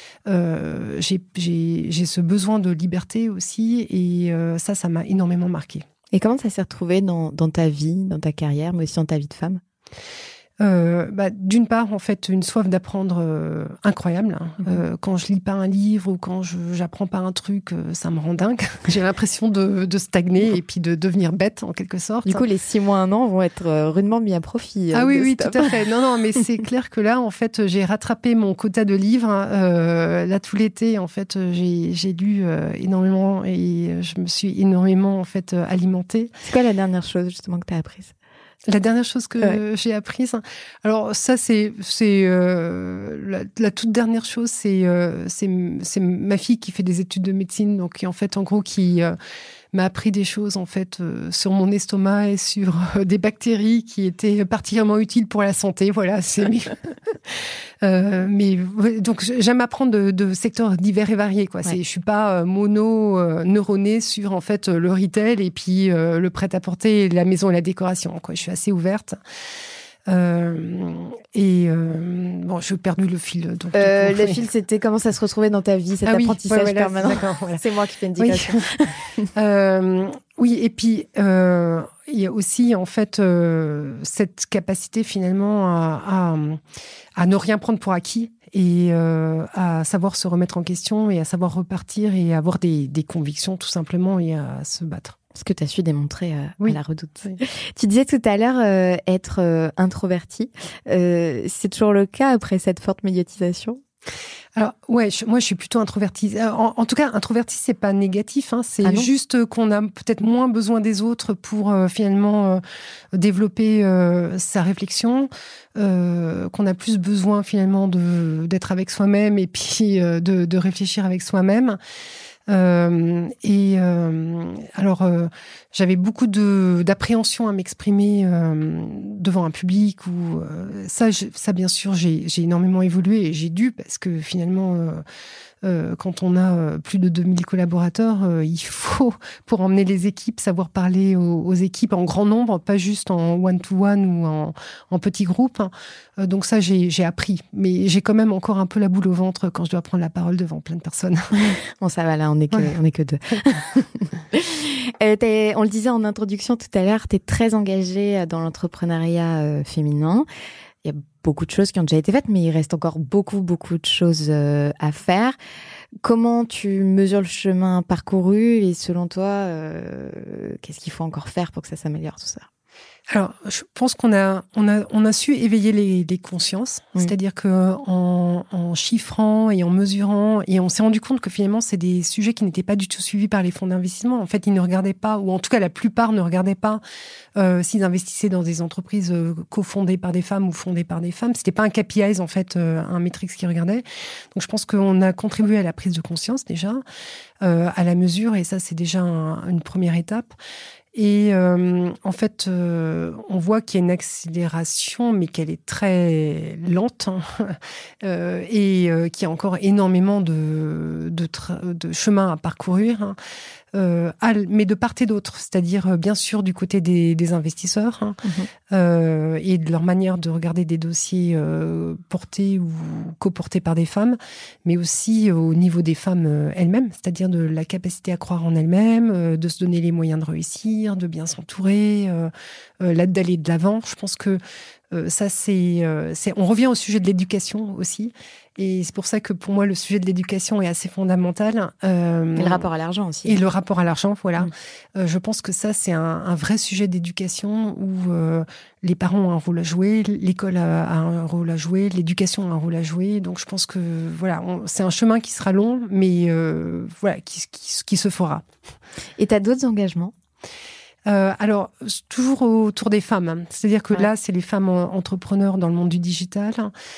Euh, j'ai, j'ai, j'ai ce besoin de liberté aussi, et euh, ça, ça m'a énormément marqué. Et comment ça s'est retrouvé dans, dans ta vie, dans ta carrière, mais aussi dans ta vie de femme ? Euh, bah, d'une part, en fait, une soif d'apprendre euh, incroyable. Hein. Mmh. Euh, quand je lis pas un livre ou quand je j'apprends pas un truc, euh, ça me rend dingue. J'ai l'impression de, de stagner et puis de devenir bête, en quelque sorte. Du coup, les six mois, un an vont être euh, rudement mis à profit. Euh, ah oui, oui, tout à fait. Non, non, mais c'est clair que là, en fait, j'ai rattrapé mon quota de livres. Euh, là, tout l'été, en fait, j'ai, j'ai lu euh, énormément et je me suis énormément, en fait, euh, alimentée. C'est quoi la dernière chose, justement, que tu as apprise ? La dernière chose que ouais. j'ai apprise, alors ça c'est c'est euh, la, la toute dernière chose, c'est euh, c'est c'est ma fille qui fait des études de médecine, donc qui en fait en gros qui euh, m'a appris des choses en fait euh, sur mon estomac et sur euh, des bactéries qui étaient particulièrement utiles pour la santé. Voilà, c'est mes... euh, mais donc j'aime apprendre de, de secteurs divers et variés. Quoi, ouais. C'est, je suis pas euh, mono euh, neuronée sur en fait le retail et puis euh, le prêt-à-porter, la maison et la décoration. Quoi, je suis assez ouverte. Euh, et euh, bon, j'ai perdu le fil. Donc, euh, coup, le oui. fil, c'était comment ça se retrouvait dans ta vie, cet ah apprentissage oui, ouais, voilà, permanent. Voilà. C'est moi qui fais une digression. Oui, euh, oui et puis euh, il y a aussi en fait euh, cette capacité finalement à, à, à ne rien prendre pour acquis et euh, à savoir se remettre en question et à savoir repartir et avoir des, des convictions tout simplement et à se battre. Ce que tu as su démontrer euh, oui. à la Redoute. Oui. Tu disais tout à l'heure euh, être euh, introvertie. Euh, c'est toujours le cas après cette forte médiatisation ? Alors ouais, je, moi je suis plutôt introvertie. En, en tout cas, introvertie c'est pas négatif, hein, c'est ah juste qu'on a peut-être moins besoin des autres pour euh, finalement euh, développer euh, sa réflexion, euh, qu'on a plus besoin finalement de d'être avec soi-même et puis euh, de, de réfléchir avec soi-même. Euh, et euh, alors, euh, j'avais beaucoup de, d'appréhension à m'exprimer euh, devant un public. Ou euh, ça, je, ça, bien sûr, j'ai, j'ai énormément évolué et j'ai dû parce que finalement, euh, euh, quand on a plus de deux mille collaborateurs, euh, il faut, pour emmener les équipes, savoir parler aux, aux équipes en grand nombre, pas juste en one-to-one ou en, en petits groupes. Euh, donc ça, j'ai, j'ai appris. Mais j'ai quand même encore un peu la boule au ventre quand je dois prendre la parole devant plein de personnes. Bon, ça va, là, on n'est que, ouais. on est que deux. euh, t'es, on le disait en introduction tout à l'heure, tu es très engagée dans l'entrepreneuriat euh, féminin. Il y a beaucoup de choses qui ont déjà été faites, mais il reste encore beaucoup, beaucoup de choses euh, à faire. Comment tu mesures le chemin parcouru et selon toi, euh, qu'est-ce qu'il faut encore faire pour que ça s'améliore tout ça ? Alors, je pense qu'on a, on a, on a su éveiller les, les consciences. Oui. C'est-à-dire que en, en chiffrant et en mesurant, et on s'est rendu compte que finalement, c'est des sujets qui n'étaient pas du tout suivis par les fonds d'investissement. En fait, ils ne regardaient pas, ou en tout cas, la plupart ne regardaient pas euh, s'ils investissaient dans des entreprises euh, cofondées par des femmes ou fondées par des femmes. C'était pas un K P Is, en fait, euh, un métrique qu'ils regardaient. Donc, je pense qu'on a contribué à la prise de conscience, déjà, euh, à la mesure, et ça, c'est déjà un, une première étape. Et euh, en fait, euh, on voit qu'il y a une accélération, mais qu'elle est très lente hein, euh, et euh, qu'il y a encore énormément de, de, tra- de chemin à parcourir. Hein. Euh, mais de part et d'autre, c'est-à-dire bien sûr du côté des, des investisseurs hein, mmh. euh, et de leur manière de regarder des dossiers euh, portés ou coportés par des femmes, mais aussi au niveau des femmes euh, elles-mêmes, c'est-à-dire de la capacité à croire en elles-mêmes, euh, de se donner les moyens de réussir, de bien s'entourer, euh, euh, là d'aller de l'avant. Je pense que euh, ça c'est, euh, c'est, on revient au sujet de l'éducation aussi. Et c'est pour ça que pour moi, le sujet de l'éducation est assez fondamental. Euh, et le rapport à l'argent aussi. Et le rapport à l'argent, voilà. Mmh. Euh, je pense que ça, c'est un, un vrai sujet d'éducation où euh, les parents ont un rôle à jouer, l'école a, a un rôle à jouer, l'éducation a un rôle à jouer. Donc je pense que voilà, on, c'est un chemin qui sera long, mais euh, voilà, qui, qui, qui se fera. Et tu as d'autres engagements ? Euh, alors, toujours autour des femmes. Hein. C'est-à-dire que ouais. là, c'est les femmes entrepreneurs dans le monde du digital.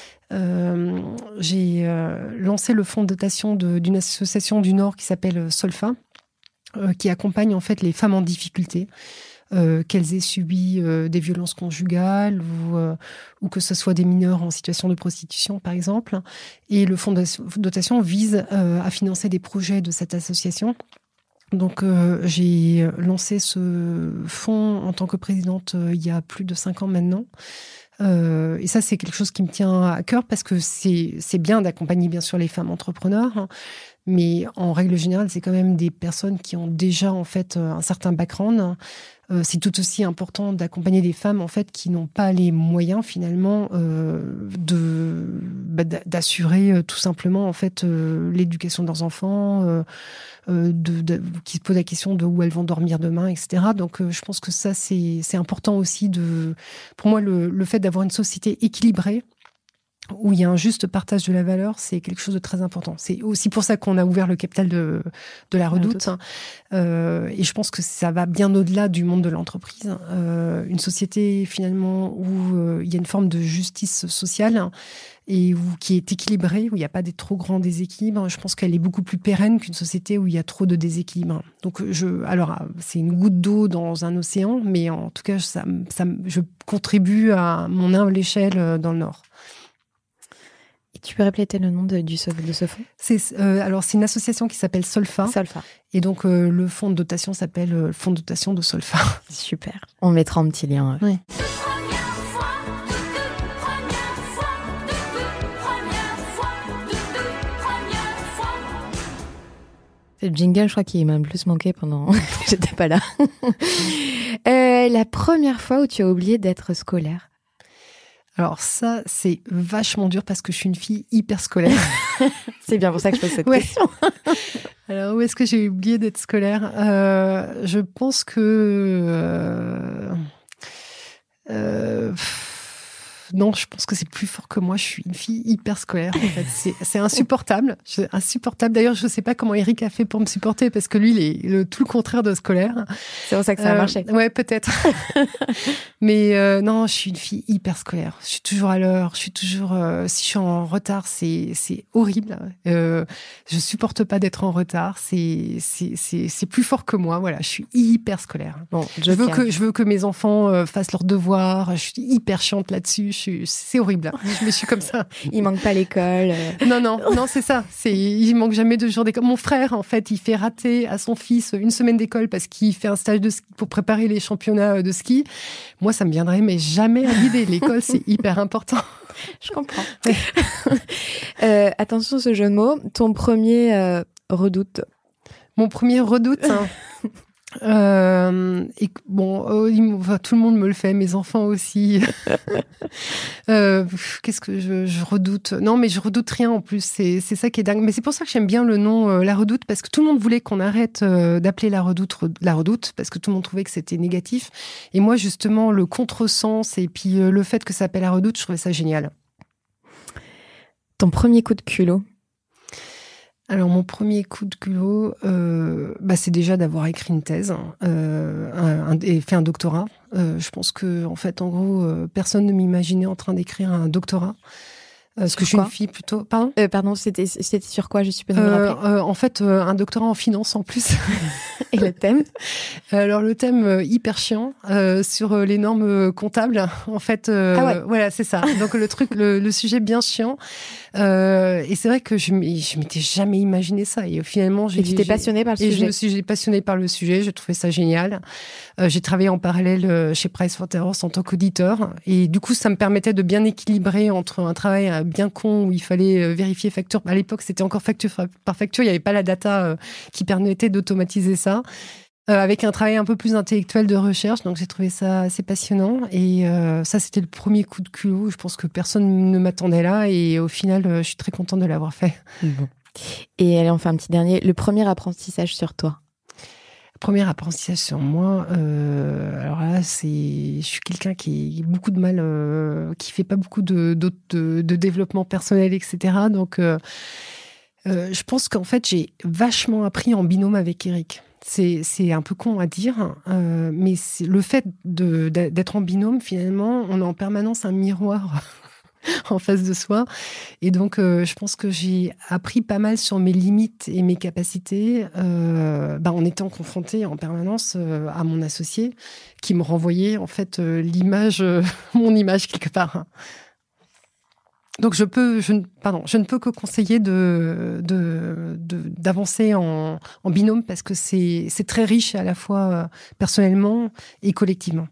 Euh, j'ai euh, lancé le fonds de dotation de, d'une association du Nord qui s'appelle Solfa, euh, qui accompagne en fait les femmes en difficulté, euh, qu'elles aient subi euh, des violences conjugales ou, euh, ou que ce soit des mineurs en situation de prostitution, par exemple. Et le fonds de dotation vise euh, à financer des projets de cette association. Donc, euh, j'ai lancé ce fonds en tant que présidente euh, il y a plus de cinq ans maintenant. Euh, et ça, c'est quelque chose qui me tient à cœur parce que c'est, c'est bien d'accompagner, bien sûr, les femmes entrepreneurs. Hein, mais en règle générale, c'est quand même des personnes qui ont déjà, en fait, un certain background. Euh, c'est tout aussi important d'accompagner des femmes, en fait, qui n'ont pas les moyens, finalement, euh, de, bah, d'assurer euh, tout simplement, en fait, euh, l'éducation de leurs enfants, euh, euh, de, de, qui se posent la question de où elles vont dormir demain, et cetera. Donc, euh, je pense que ça, c'est, c'est important aussi de... Pour moi, le, le fait d'avoir une société équilibrée, où il y a un juste partage de la valeur, c'est quelque chose de très important. C'est aussi pour ça qu'on a ouvert le capital de, de la Redoute. Hein. Euh, et je pense que ça va bien au-delà du monde de l'entreprise. Euh, une société, finalement, où euh, il y a une forme de justice sociale hein, et où, qui est équilibrée, où il n'y a pas des trop grands déséquilibres. Je pense qu'elle est beaucoup plus pérenne qu'une société où il y a trop de déséquilibres. Donc, je, alors, c'est une goutte d'eau dans un océan, mais en tout cas, ça, ça, je contribue à mon humble échelle dans le Nord. Tu peux répéter le nom de, du, de ce fonds ? c'est, euh, Alors, c'est une association qui s'appelle Solfa. Solfa. Et donc, euh, le fonds de dotation s'appelle euh, Fonds de dotation de Solfa. Super. On mettra un petit lien. Oui. C'est le jingle, je crois, qui m'a le plus manqué pendant que j'étais pas là. euh, la première fois où tu as oublié d'être scolaire ? Alors ça, c'est vachement dur parce que je suis une fille hyper scolaire. C'est bien pour ça que je pose cette ouais. question. Alors, où est-ce que j'ai oublié d'être scolaire ? euh, Je pense que... Euh, euh, non, je pense que c'est plus fort que moi. Je suis une fille hyper scolaire, en fait. C'est, c'est insupportable. C'est insupportable. D'ailleurs, je ne sais pas comment Eric a fait pour me supporter parce que lui, il est le, tout le contraire de scolaire. C'est pour ça que ça a euh, marché. Ouais, peut-être. Mais euh, non, je suis une fille hyper scolaire. Je suis toujours à l'heure. Je suis toujours... Euh, si je suis en retard, c'est, c'est horrible. Euh, je supporte pas d'être en retard. C'est, c'est, c'est, c'est plus fort que moi. Voilà, je suis hyper scolaire. Bon, je, veux que, je veux que mes enfants euh, fassent leurs devoirs. Je suis hyper chiante là-dessus. Je suis, c'est horrible. Je me suis comme ça. Il manque pas l'école. Euh... Non, non, non, c'est ça. C'est, il manque jamais de jour d'école. Mon frère, en fait, il fait rater à son fils une semaine d'école parce qu'il fait un stage de ski pour préparer les championnats de ski. Moi, ça me viendrait, mais jamais à l'idée. L'école, c'est hyper important. Je comprends. euh, attention, ce jeu de mots. Ton premier euh, redoute. Mon premier redoute. Hein. Euh, et bon, oh, enfin, tout le monde me le fait, mes enfants aussi. euh, qu'est-ce que je, je redoute? Non, mais je redoute rien en plus. C'est, c'est ça qui est dingue. Mais c'est pour ça que j'aime bien le nom euh, La Redoute, parce que tout le monde voulait qu'on arrête euh, d'appeler La Redoute La Redoute, parce que tout le monde trouvait que c'était négatif. Et moi, justement, le contresens et puis euh, le fait que ça s'appelle La Redoute, je trouvais ça génial. Ton premier coup de culot? Alors, mon premier coup de culot, euh, bah, c'est déjà d'avoir écrit une thèse euh, un, un, et fait un doctorat. Euh, je pense que, en fait, en gros, euh, personne ne m'imaginait en train d'écrire un doctorat. Euh, parce que je suis une fille plutôt... Pardon euh, Pardon, c'était, c'était sur quoi, je suis pas de me rappeler euh, En fait, euh, un doctorat en finance en plus. Et le thème? Alors, le thème euh, hyper chiant, euh, sur euh, les normes comptables. En fait, euh, ah ouais. voilà, c'est ça. Donc, le truc, le, le sujet bien chiant. Euh, et c'est vrai que je, je m'étais jamais imaginé ça. Et finalement, j'ai... Et tu t'es passionnée par le et sujet? Et je me suis passionnée par le sujet. J'ai trouvé ça génial. Euh, j'ai travaillé en parallèle chez PricewaterhouseCoopers en tant qu'auditeur. Et du coup, ça me permettait de bien équilibrer entre un travail bien con où il fallait vérifier facture. À l'époque, c'était encore facture par facture. Il n'y avait pas la data euh, qui permettait d'automatiser ça. Euh, avec un travail un peu plus intellectuel de recherche. Donc, j'ai trouvé ça assez passionnant. Et euh, ça, c'était le premier coup de culot. Je pense que personne ne m'attendait là. Et au final, euh, je suis très contente de l'avoir fait. Bon. Et allez, enfin, un petit dernier. Le premier apprentissage sur toi? Premier apprentissage sur moi, euh, alors là, c'est, je suis quelqu'un qui a beaucoup de mal, euh, qui fait pas beaucoup de, de, de, de développement personnel, et cetera. Donc, euh, euh, je pense qu'en fait, j'ai vachement appris en binôme avec Eric. C'est, c'est un peu con à dire, euh, mais c'est le fait de, d'être en binôme, finalement, on a en permanence un miroir en face de soi. Et donc, euh, je pense que j'ai appris pas mal sur mes limites et mes capacités euh, bah, en étant confrontée en permanence euh, à mon associé qui me renvoyait en fait euh, l'image, euh, mon image quelque part. Donc, je peux, je, pardon, je ne peux que conseiller de, de, de, d'avancer en, en binôme parce que c'est, c'est très riche à la fois euh, personnellement et collectivement.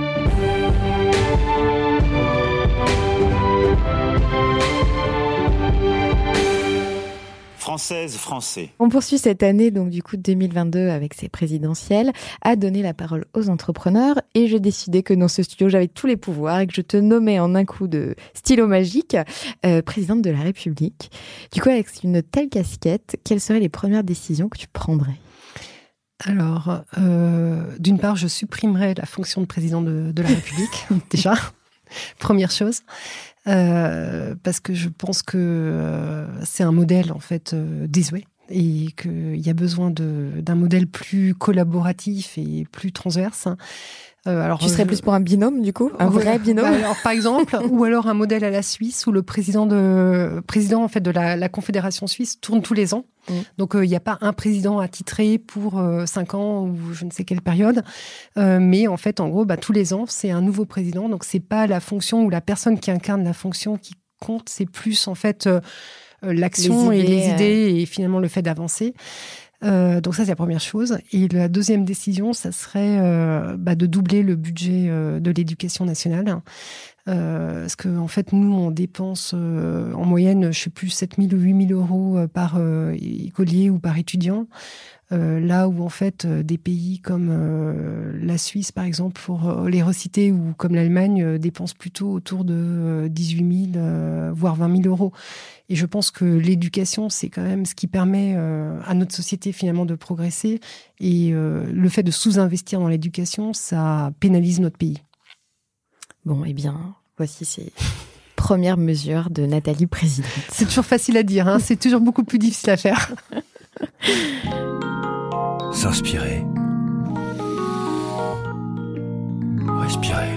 Française, Français. On poursuit cette année, donc du coup deux mille vingt-deux avec ces présidentielles, à donner la parole aux entrepreneurs. Et j'ai décidé que dans ce studio, j'avais tous les pouvoirs et que je te nommais en un coup de stylo magique euh, présidente de la République. Du coup, avec une telle casquette, quelles seraient les premières décisions que tu prendrais ? Alors, euh, d'une part, je supprimerais la fonction de président de, de la République, déjà, première chose. Euh, parce que je pense que euh, c'est un modèle en fait euh, désuet et qu'il y a besoin de, d'un modèle plus collaboratif et plus transverse. Euh, alors, tu serais je... plus pour un binôme, du coup, un ouais, vrai binôme. Bah alors, par exemple, ou alors un modèle à la Suisse où le président de président en fait de la, la Confédération suisse tourne tous les ans. Mmh. Donc il euh, n'y a pas un président attitré pour euh, cinq ans ou je ne sais quelle période, euh, mais en fait, en gros, bah, tous les ans, c'est un nouveau président. Donc c'est pas la fonction ou la personne qui incarne la fonction qui compte, c'est plus en fait euh, l'action les idées, et les idées euh... et finalement le fait d'avancer. Euh, donc ça, c'est la première chose. Et la deuxième décision, ça serait euh, bah, de doubler le budget euh, de l'éducation nationale. Euh, parce qu'en en fait, nous, on dépense euh, en moyenne, je sais plus, sept mille ou huit mille euros par euh, écolier ou par étudiant. Euh, là où, en fait, des pays comme euh, la Suisse, par exemple, pour les reciter, ou comme l'Allemagne, euh, dépensent plutôt autour de euh, dix-huit mille, euh, voire vingt mille euros. Et je pense que l'éducation, c'est quand même ce qui permet euh, à notre société, finalement, de progresser. Et euh, le fait de sous-investir dans l'éducation, ça pénalise notre pays. Bon, eh bien, voici ces premières mesures de Nathalie présidente. C'est toujours facile à dire, hein, c'est toujours beaucoup plus difficile à faire. S'inspirer. Respirer.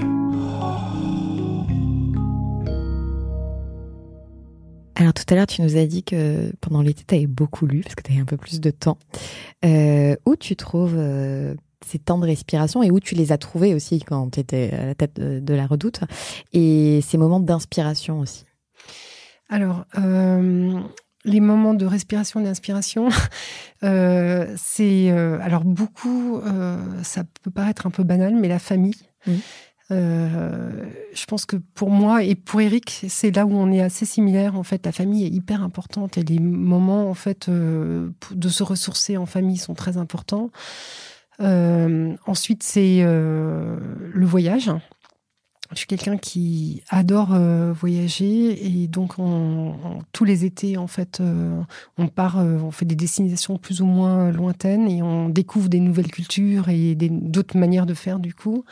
Alors tout à l'heure, tu nous as dit que pendant l'été, tu avais beaucoup lu, parce que tu avais un peu plus de temps. Euh, où tu trouves euh, ces temps de respiration et où tu les as trouvés aussi quand tu étais à la tête de, de la Redoute, et ces moments d'inspiration aussi? Alors... Euh... Les moments de respiration et d'inspiration, euh, c'est... Euh, alors, beaucoup, euh, ça peut paraître un peu banal, mais la famille. Mmh. Euh, je pense que pour moi et pour Eric, c'est là où on est assez similaires. En fait, la famille est hyper importante et les moments, en fait, euh, de se ressourcer en famille sont très importants. Euh, ensuite, c'est euh, le voyage. Je suis quelqu'un qui adore euh, voyager et donc on, on, tous les étés, en fait, euh, on part, euh, on fait des destinations plus ou moins lointaines et on découvre des nouvelles cultures et des, d'autres manières de faire, du coup.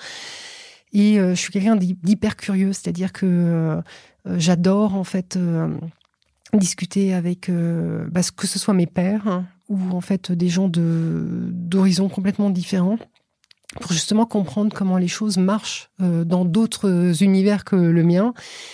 Et euh, je suis quelqu'un d'hyper curieux, c'est-à-dire que euh, j'adore, en fait, euh, discuter avec, euh, bah, que ce soit mes pairs hein, ou en fait des gens de, d'horizons complètement différents, pour justement comprendre comment les choses marchent euh, dans d'autres univers que le mien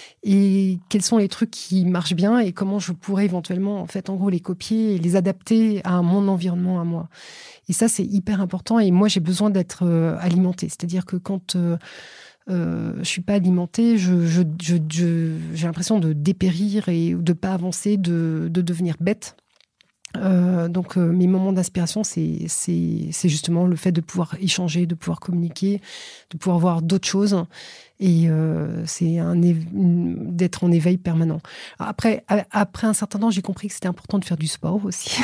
et quels sont les trucs qui marchent bien et comment je pourrais éventuellement, en fait, en gros, les copier et les adapter à mon environnement, à moi. Et ça, c'est hyper important. Et moi, j'ai besoin d'être euh, alimentée. C'est-à-dire que quand euh, euh, je suis pas alimentée, je, je, je, je, j'ai l'impression de dépérir et de pas avancer, de, de devenir bête. Euh, donc euh, mes moments d'inspiration, c'est, c'est, c'est justement le fait de pouvoir échanger, de pouvoir communiquer, de pouvoir voir d'autres choses. Et euh, c'est un éve- d'être en éveil permanent. Après, a- après un certain temps, j'ai compris que c'était important de faire du sport aussi,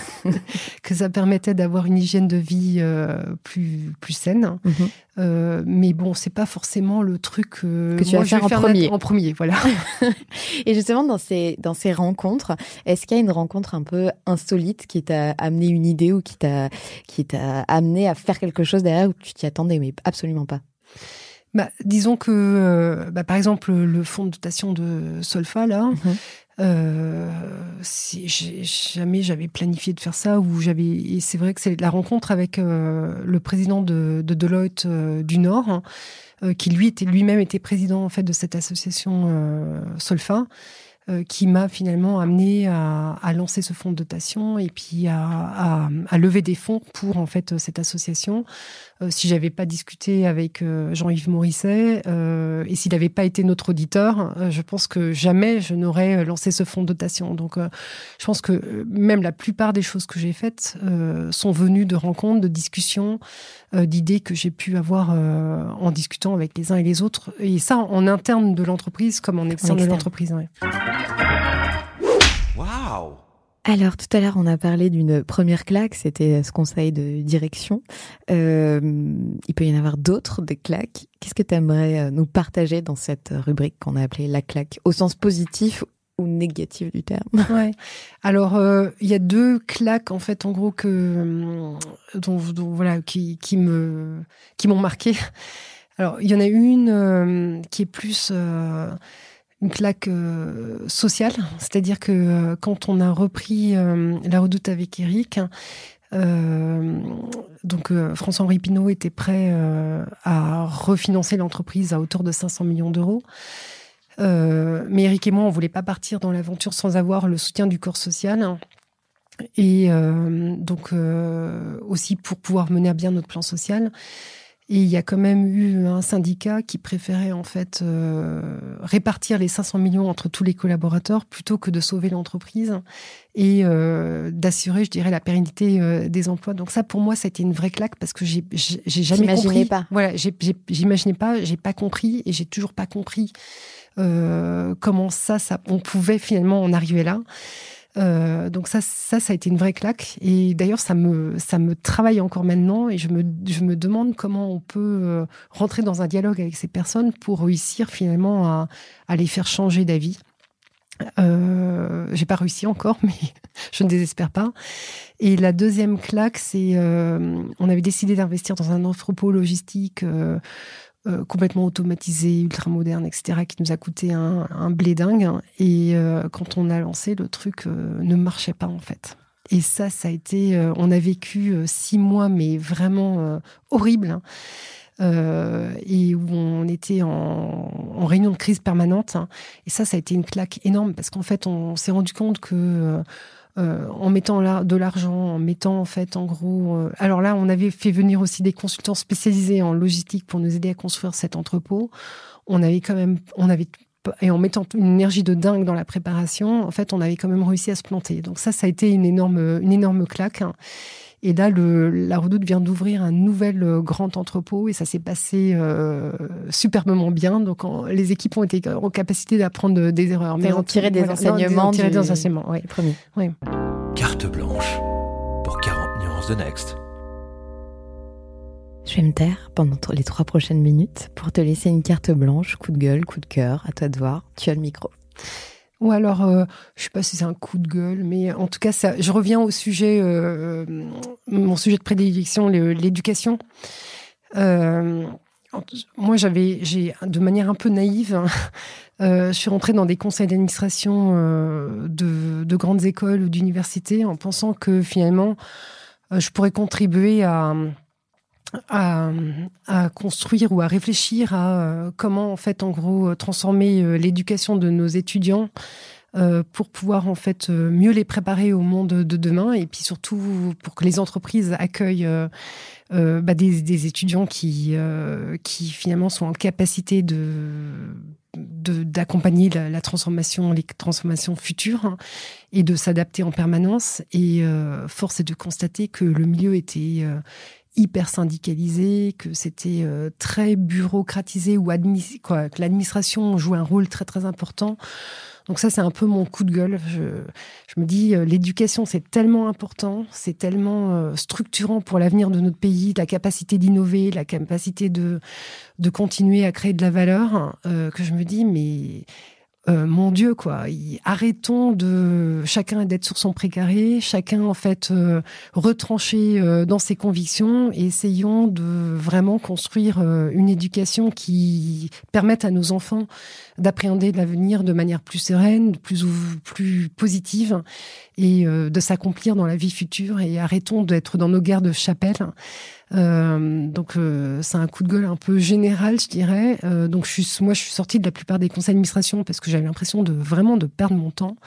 que ça permettait d'avoir une hygiène de vie euh, plus plus saine. Mm-hmm. Euh, mais bon, c'est pas forcément le truc euh, que tu moi, vas faire, en, faire premier. en premier. Voilà. Et justement, dans ces dans ces rencontres, est-ce qu'il y a une rencontre un peu insolite qui t'a amené une idée ou qui t'a qui t'a amené à faire quelque chose derrière où tu t'y attendais mais absolument pas? Bah, disons que, euh, bah, par exemple, le fonds de dotation de Solfa, là, mmh. euh, si, j'ai, jamais j'avais planifié de faire ça, ou j'avais, et c'est vrai que c'est la rencontre avec euh, le président de, de Deloitte euh, du Nord, hein, euh, qui lui était, lui-même était président, en fait, de cette association euh, Solfa, euh, qui m'a finalement amené à, à lancer ce fonds de dotation et puis à, à, à lever des fonds pour, en fait, cette association. Euh, si j'avais pas discuté avec euh, Jean-Yves Morisset euh, et s'il n'avait pas été notre auditeur, euh, je pense que jamais je n'aurais lancé ce fonds de dotation. Donc, euh, je pense que euh, même la plupart des choses que j'ai faites euh, sont venues de rencontres, de discussions, euh, d'idées que j'ai pu avoir euh, en discutant avec les uns et les autres. Et ça, en interne de l'entreprise comme en externe de l'entreprise. Ouais. Waouh! Alors, tout à l'heure, on a parlé d'une première claque, c'était ce conseil de direction. Euh, il peut y en avoir d'autres, des claques. Qu'est-ce que tu aimerais nous partager dans cette rubrique qu'on a appelée la claque, au sens positif ou négatif du terme? Ouais. Alors, euh, il y a deux claques, en fait, en gros, que, dont, dont, voilà, qui, qui, me, qui m'ont marqué. Alors, il y en a une euh, qui est plus... Euh, une claque euh, sociale, c'est-à-dire que euh, quand on a repris euh, la Redoute avec Eric, euh, donc euh, François-Henri Pinault était prêt euh, à refinancer l'entreprise à hauteur de cinq cents millions d'euros. Euh, mais Eric et moi, on voulait pas partir dans l'aventure sans avoir le soutien du corps social. Et euh, donc euh, aussi pour pouvoir mener à bien notre plan social. Et il y a quand même eu un syndicat qui préférait en fait euh, répartir les cinq cents millions entre tous les collaborateurs plutôt que de sauver l'entreprise et euh, d'assurer, je dirais, la pérennité euh, des emplois. Donc ça, pour moi, ça a été une vraie claque parce que j'ai, j'ai, j'ai jamais T'imaginais compris. pas. Voilà, j'ai, j'ai, j'imaginais pas, j'ai pas compris et j'ai toujours pas compris euh, comment ça, ça, on pouvait finalement en arriver là. Euh, donc ça, ça, ça a été une vraie claque. Et d'ailleurs, ça me, ça me travaille encore maintenant. Et je me, je me demande comment on peut euh, rentrer dans un dialogue avec ces personnes pour réussir finalement à, à les faire changer d'avis. Euh, j'ai pas réussi encore, mais je ne désespère pas. Et la deuxième claque, c'est, euh, on avait décidé d'investir dans un entrepôt logistique. Euh, Euh, complètement automatisé, ultra moderne, et cetera, qui nous a coûté un, un blé dingue. Et euh, quand on a lancé, le truc euh, ne marchait pas, en fait. Et ça, ça a été... Euh, on a vécu euh, six mois, mais vraiment euh, horrible. Hein. Euh, et où on était en, en réunion de crise permanente. Hein. Et ça, ça a été une claque énorme, parce qu'en fait, on s'est rendu compte que... Euh, Euh, en mettant la, de l'argent, en mettant en fait en gros... Euh, alors là, on avait fait venir aussi des consultants spécialisés en logistique pour nous aider à construire cet entrepôt. On avait quand même... on avait Et en mettant une énergie de dingue dans la préparation, en fait, on avait quand même réussi à se planter. Donc ça, ça a été une énorme, une énorme claque. Et là, le, la Redoute vient d'ouvrir un nouvel grand entrepôt et ça s'est passé euh, superbement bien. Donc, en, les équipes ont été en capacité d'apprendre des erreurs. Mais on tirait des, voilà, enseignements. Tirer des enseignements, oui. Premier. Oui. Carte blanche pour quarante nuances de Next. Je vais me taire pendant les trois prochaines minutes pour te laisser une carte blanche, coup de gueule, coup de cœur, à toi de voir. Tu as le micro. Ou alors, euh, je sais pas si c'est un coup de gueule, mais en tout cas, ça, je reviens au sujet, euh, mon sujet de prédilection, le, l'éducation. Euh, moi, j'avais, j'ai, de manière un peu naïve, euh, je suis rentrée dans des conseils d'administration euh, de, de grandes écoles ou d'universités en pensant que finalement, euh, je pourrais contribuer à À, à construire ou à réfléchir à euh, comment, en fait, en gros, transformer euh, l'éducation de nos étudiants euh, pour pouvoir, en fait, euh, mieux les préparer au monde de demain et puis surtout pour que les entreprises accueillent euh, euh, bah, des, des étudiants qui, euh, qui, finalement, sont en capacité de, de, d'accompagner la, la transformation, les transformations futures hein, et de s'adapter en permanence. Et euh, force est de constater que le milieu était... Euh, hyper syndicalisé, que c'était euh, très bureaucratisé ou admis, quoi, que l'administration jouait un rôle très très important. Donc ça, c'est un peu mon coup de gueule. Je, je me dis, euh, l'éducation, c'est tellement important, c'est tellement euh, structurant pour l'avenir de notre pays, la capacité d'innover, la capacité de, de continuer à créer de la valeur, euh, que je me dis, mais... Euh, mon Dieu, quoi. Arrêtons de chacun d'être sur son précaré, chacun en fait euh, retranché euh, dans ses convictions et essayons de vraiment construire euh, une éducation qui permette à nos enfants d'appréhender l'avenir de manière plus sereine, plus plus positive et euh, de s'accomplir dans la vie future et arrêtons d'être dans nos guerres de chapelle. Euh, donc euh, c'est un coup de gueule un peu général, je dirais. Euh, donc je suis, moi, je suis sortie de la plupart des conseils d'administration parce que j'avais l'impression de vraiment de perdre mon temps.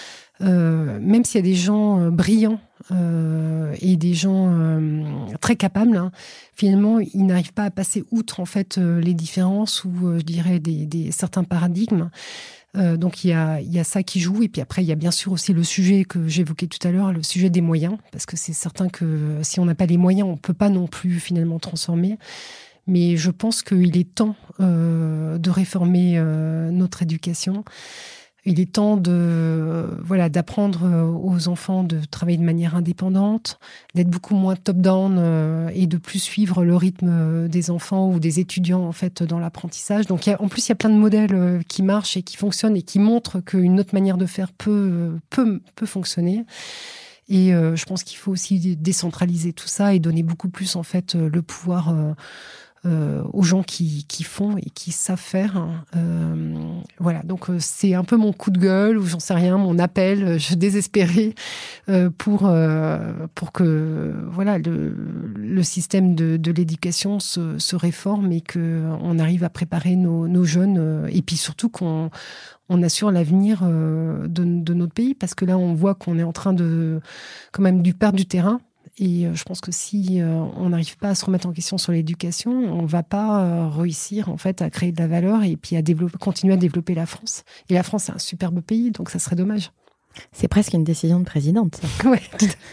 Euh, même s'il y a des gens euh, brillants euh, et des gens euh, très capables, hein, finalement, ils n'arrivent pas à passer outre en fait euh, les différences ou euh, je dirais des, des certains paradigmes. Euh, donc il y a, il y a ça qui joue et puis après il y a bien sûr aussi le sujet que j'évoquais tout à l'heure, le sujet des moyens, parce que c'est certain que si on n'a pas les moyens, on peut pas non plus finalement transformer. Mais je pense qu'il est temps euh, de réformer euh, notre éducation. Il est temps de, euh, voilà, d'apprendre aux enfants de travailler de manière indépendante, d'être beaucoup moins top-down euh, et de plus suivre le rythme des enfants ou des étudiants en fait dans l'apprentissage. Donc, il y a, en plus, il y a plein de modèles qui marchent et qui fonctionnent et qui montrent qu'une autre manière de faire peut, peut, peut fonctionner. Et euh, je pense qu'il faut aussi décentraliser tout ça et donner beaucoup plus en fait le pouvoir euh, Euh, aux gens qui, qui font et qui savent faire. Hein. Euh, voilà, donc euh, c'est un peu mon coup de gueule, ou j'en sais rien, mon appel, euh, je désespérais euh, pour, euh, pour que voilà, le, le système de, de l'éducation se, se réforme et qu'on arrive à préparer nos, nos jeunes euh, et puis surtout qu'on on assure l'avenir euh, de, de notre pays, parce que là, on voit qu'on est en train de quand même du perdre du terrain. Et je pense que si on n'arrive pas à se remettre en question sur l'éducation, on ne va pas réussir en fait à créer de la valeur et puis à développer, continuer à développer la France. Et la France, c'est un superbe pays, donc ça serait dommage. C'est presque une décision de présidente, ça. Ouais.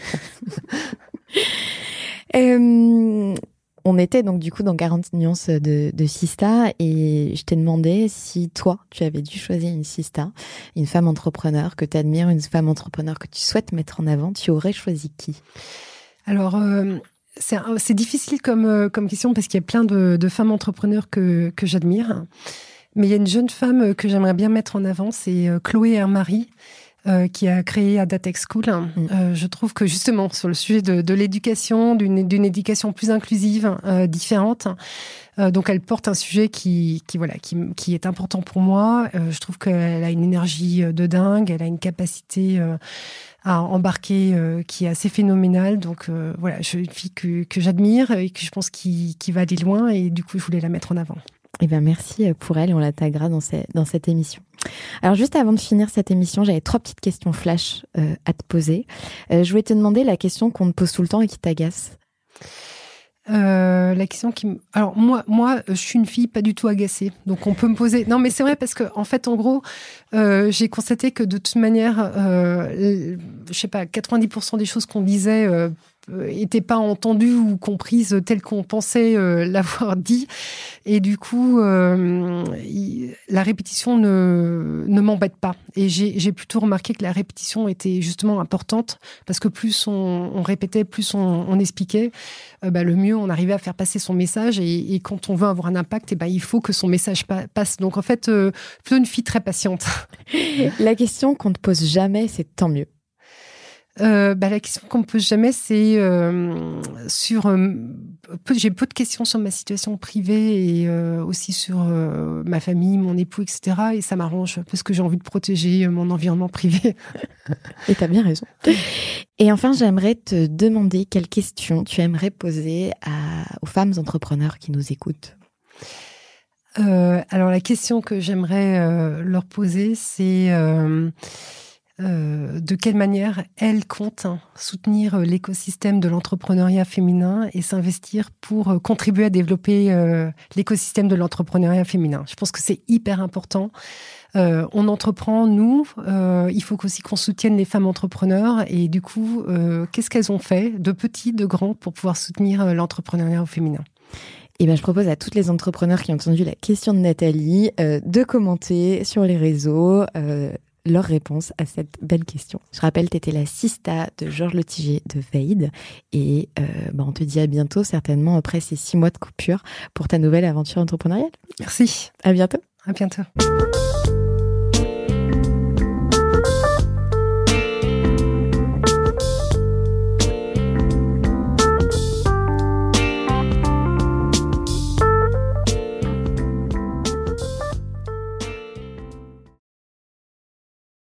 euh, on était donc du coup dans quarante nuances de, de Sista et je t'ai demandé si toi, tu avais dû choisir une Sista, une femme entrepreneur que tu admires, une femme entrepreneur que tu souhaites mettre en avant, tu aurais choisi qui ? Alors, euh, c'est, c'est difficile comme, euh, comme question parce qu'il y a plein de, de femmes entrepreneurs que, que j'admire. Mais il y a une jeune femme que j'aimerais bien mettre en avant, c'est euh, Chloé Hermary, euh, qui a créé Adatex School. Mm. Euh, je trouve que justement, sur le sujet de, de l'éducation, d'une, d'une éducation plus inclusive, euh, différente, euh, donc elle porte un sujet qui, qui, voilà, qui, qui est important pour moi. Euh, je trouve qu'elle a une énergie de dingue, elle a une capacité... Euh, à embarquer euh, qui est assez phénoménal. Donc euh, voilà, je suis une fille que, que j'admire et que je pense qu'il, qu'il va aller loin et du coup, je voulais la mettre en avant. Eh bien, merci pour elle et on la taguera dans, ces, dans cette émission. Alors, juste avant de finir cette émission, j'avais trois petites questions flash euh, à te poser. Euh, je voulais te demander la question qu'on te pose tout le temps et qui t'agace. Euh, la question qui me... Alors moi, moi, je suis une fille pas du tout agacée, donc on peut me poser. Non, mais c'est vrai parce que en fait, en gros, euh, j'ai constaté que de toute manière, euh, je sais pas, quatre-vingt-dix pour cent des choses qu'on disait euh, n'était pas entendue ou comprise telle qu'on pensait euh, l'avoir dit. Et du coup, euh, il, la répétition ne, ne m'embête pas. Et j'ai, j'ai plutôt remarqué que la répétition était justement importante, parce que plus on, on répétait, plus on, on expliquait, euh, bah, le mieux on arrivait à faire passer son message. Et, et quand on veut avoir un impact, et bah, il faut que son message pa- passe. Donc en fait, euh, plutôt une fille très patiente. La question qu'on ne te pose jamais, c'est tant mieux. Euh, bah, la question qu'on me pose jamais, c'est euh, sur. Euh, peu, j'ai peu de questions sur ma situation privée et euh, aussi sur euh, ma famille, mon époux, et cetera. Et ça m'arrange parce que j'ai envie de protéger mon environnement privé. Et t'as bien raison. Et enfin, j'aimerais te demander quelles questions tu aimerais poser à, aux femmes entrepreneurs qui nous écoutent. Euh, alors, la question que j'aimerais euh, leur poser, c'est. Euh, Euh, de quelle manière elles comptent hein, soutenir euh, l'écosystème de l'entrepreneuriat féminin et s'investir pour euh, contribuer à développer euh, l'écosystème de l'entrepreneuriat féminin. Je pense que c'est hyper important. Euh, on entreprend, nous, euh, il faut aussi qu'on soutienne les femmes entrepreneurs et du coup, euh, qu'est-ce qu'elles ont fait de petit, de grand pour pouvoir soutenir euh, l'entrepreneuriat au féminin? Eh ben, je propose à toutes les entrepreneurs qui ont entendu la question de Nathalie euh, de commenter sur les réseaux euh, leur réponse à cette belle question. Je rappelle, tu étais la sista de Georges Letiger de Veid et euh, bah, on te dit à bientôt, certainement après ces six mois de coupure pour ta nouvelle aventure entrepreneuriale. Merci. À bientôt. À bientôt.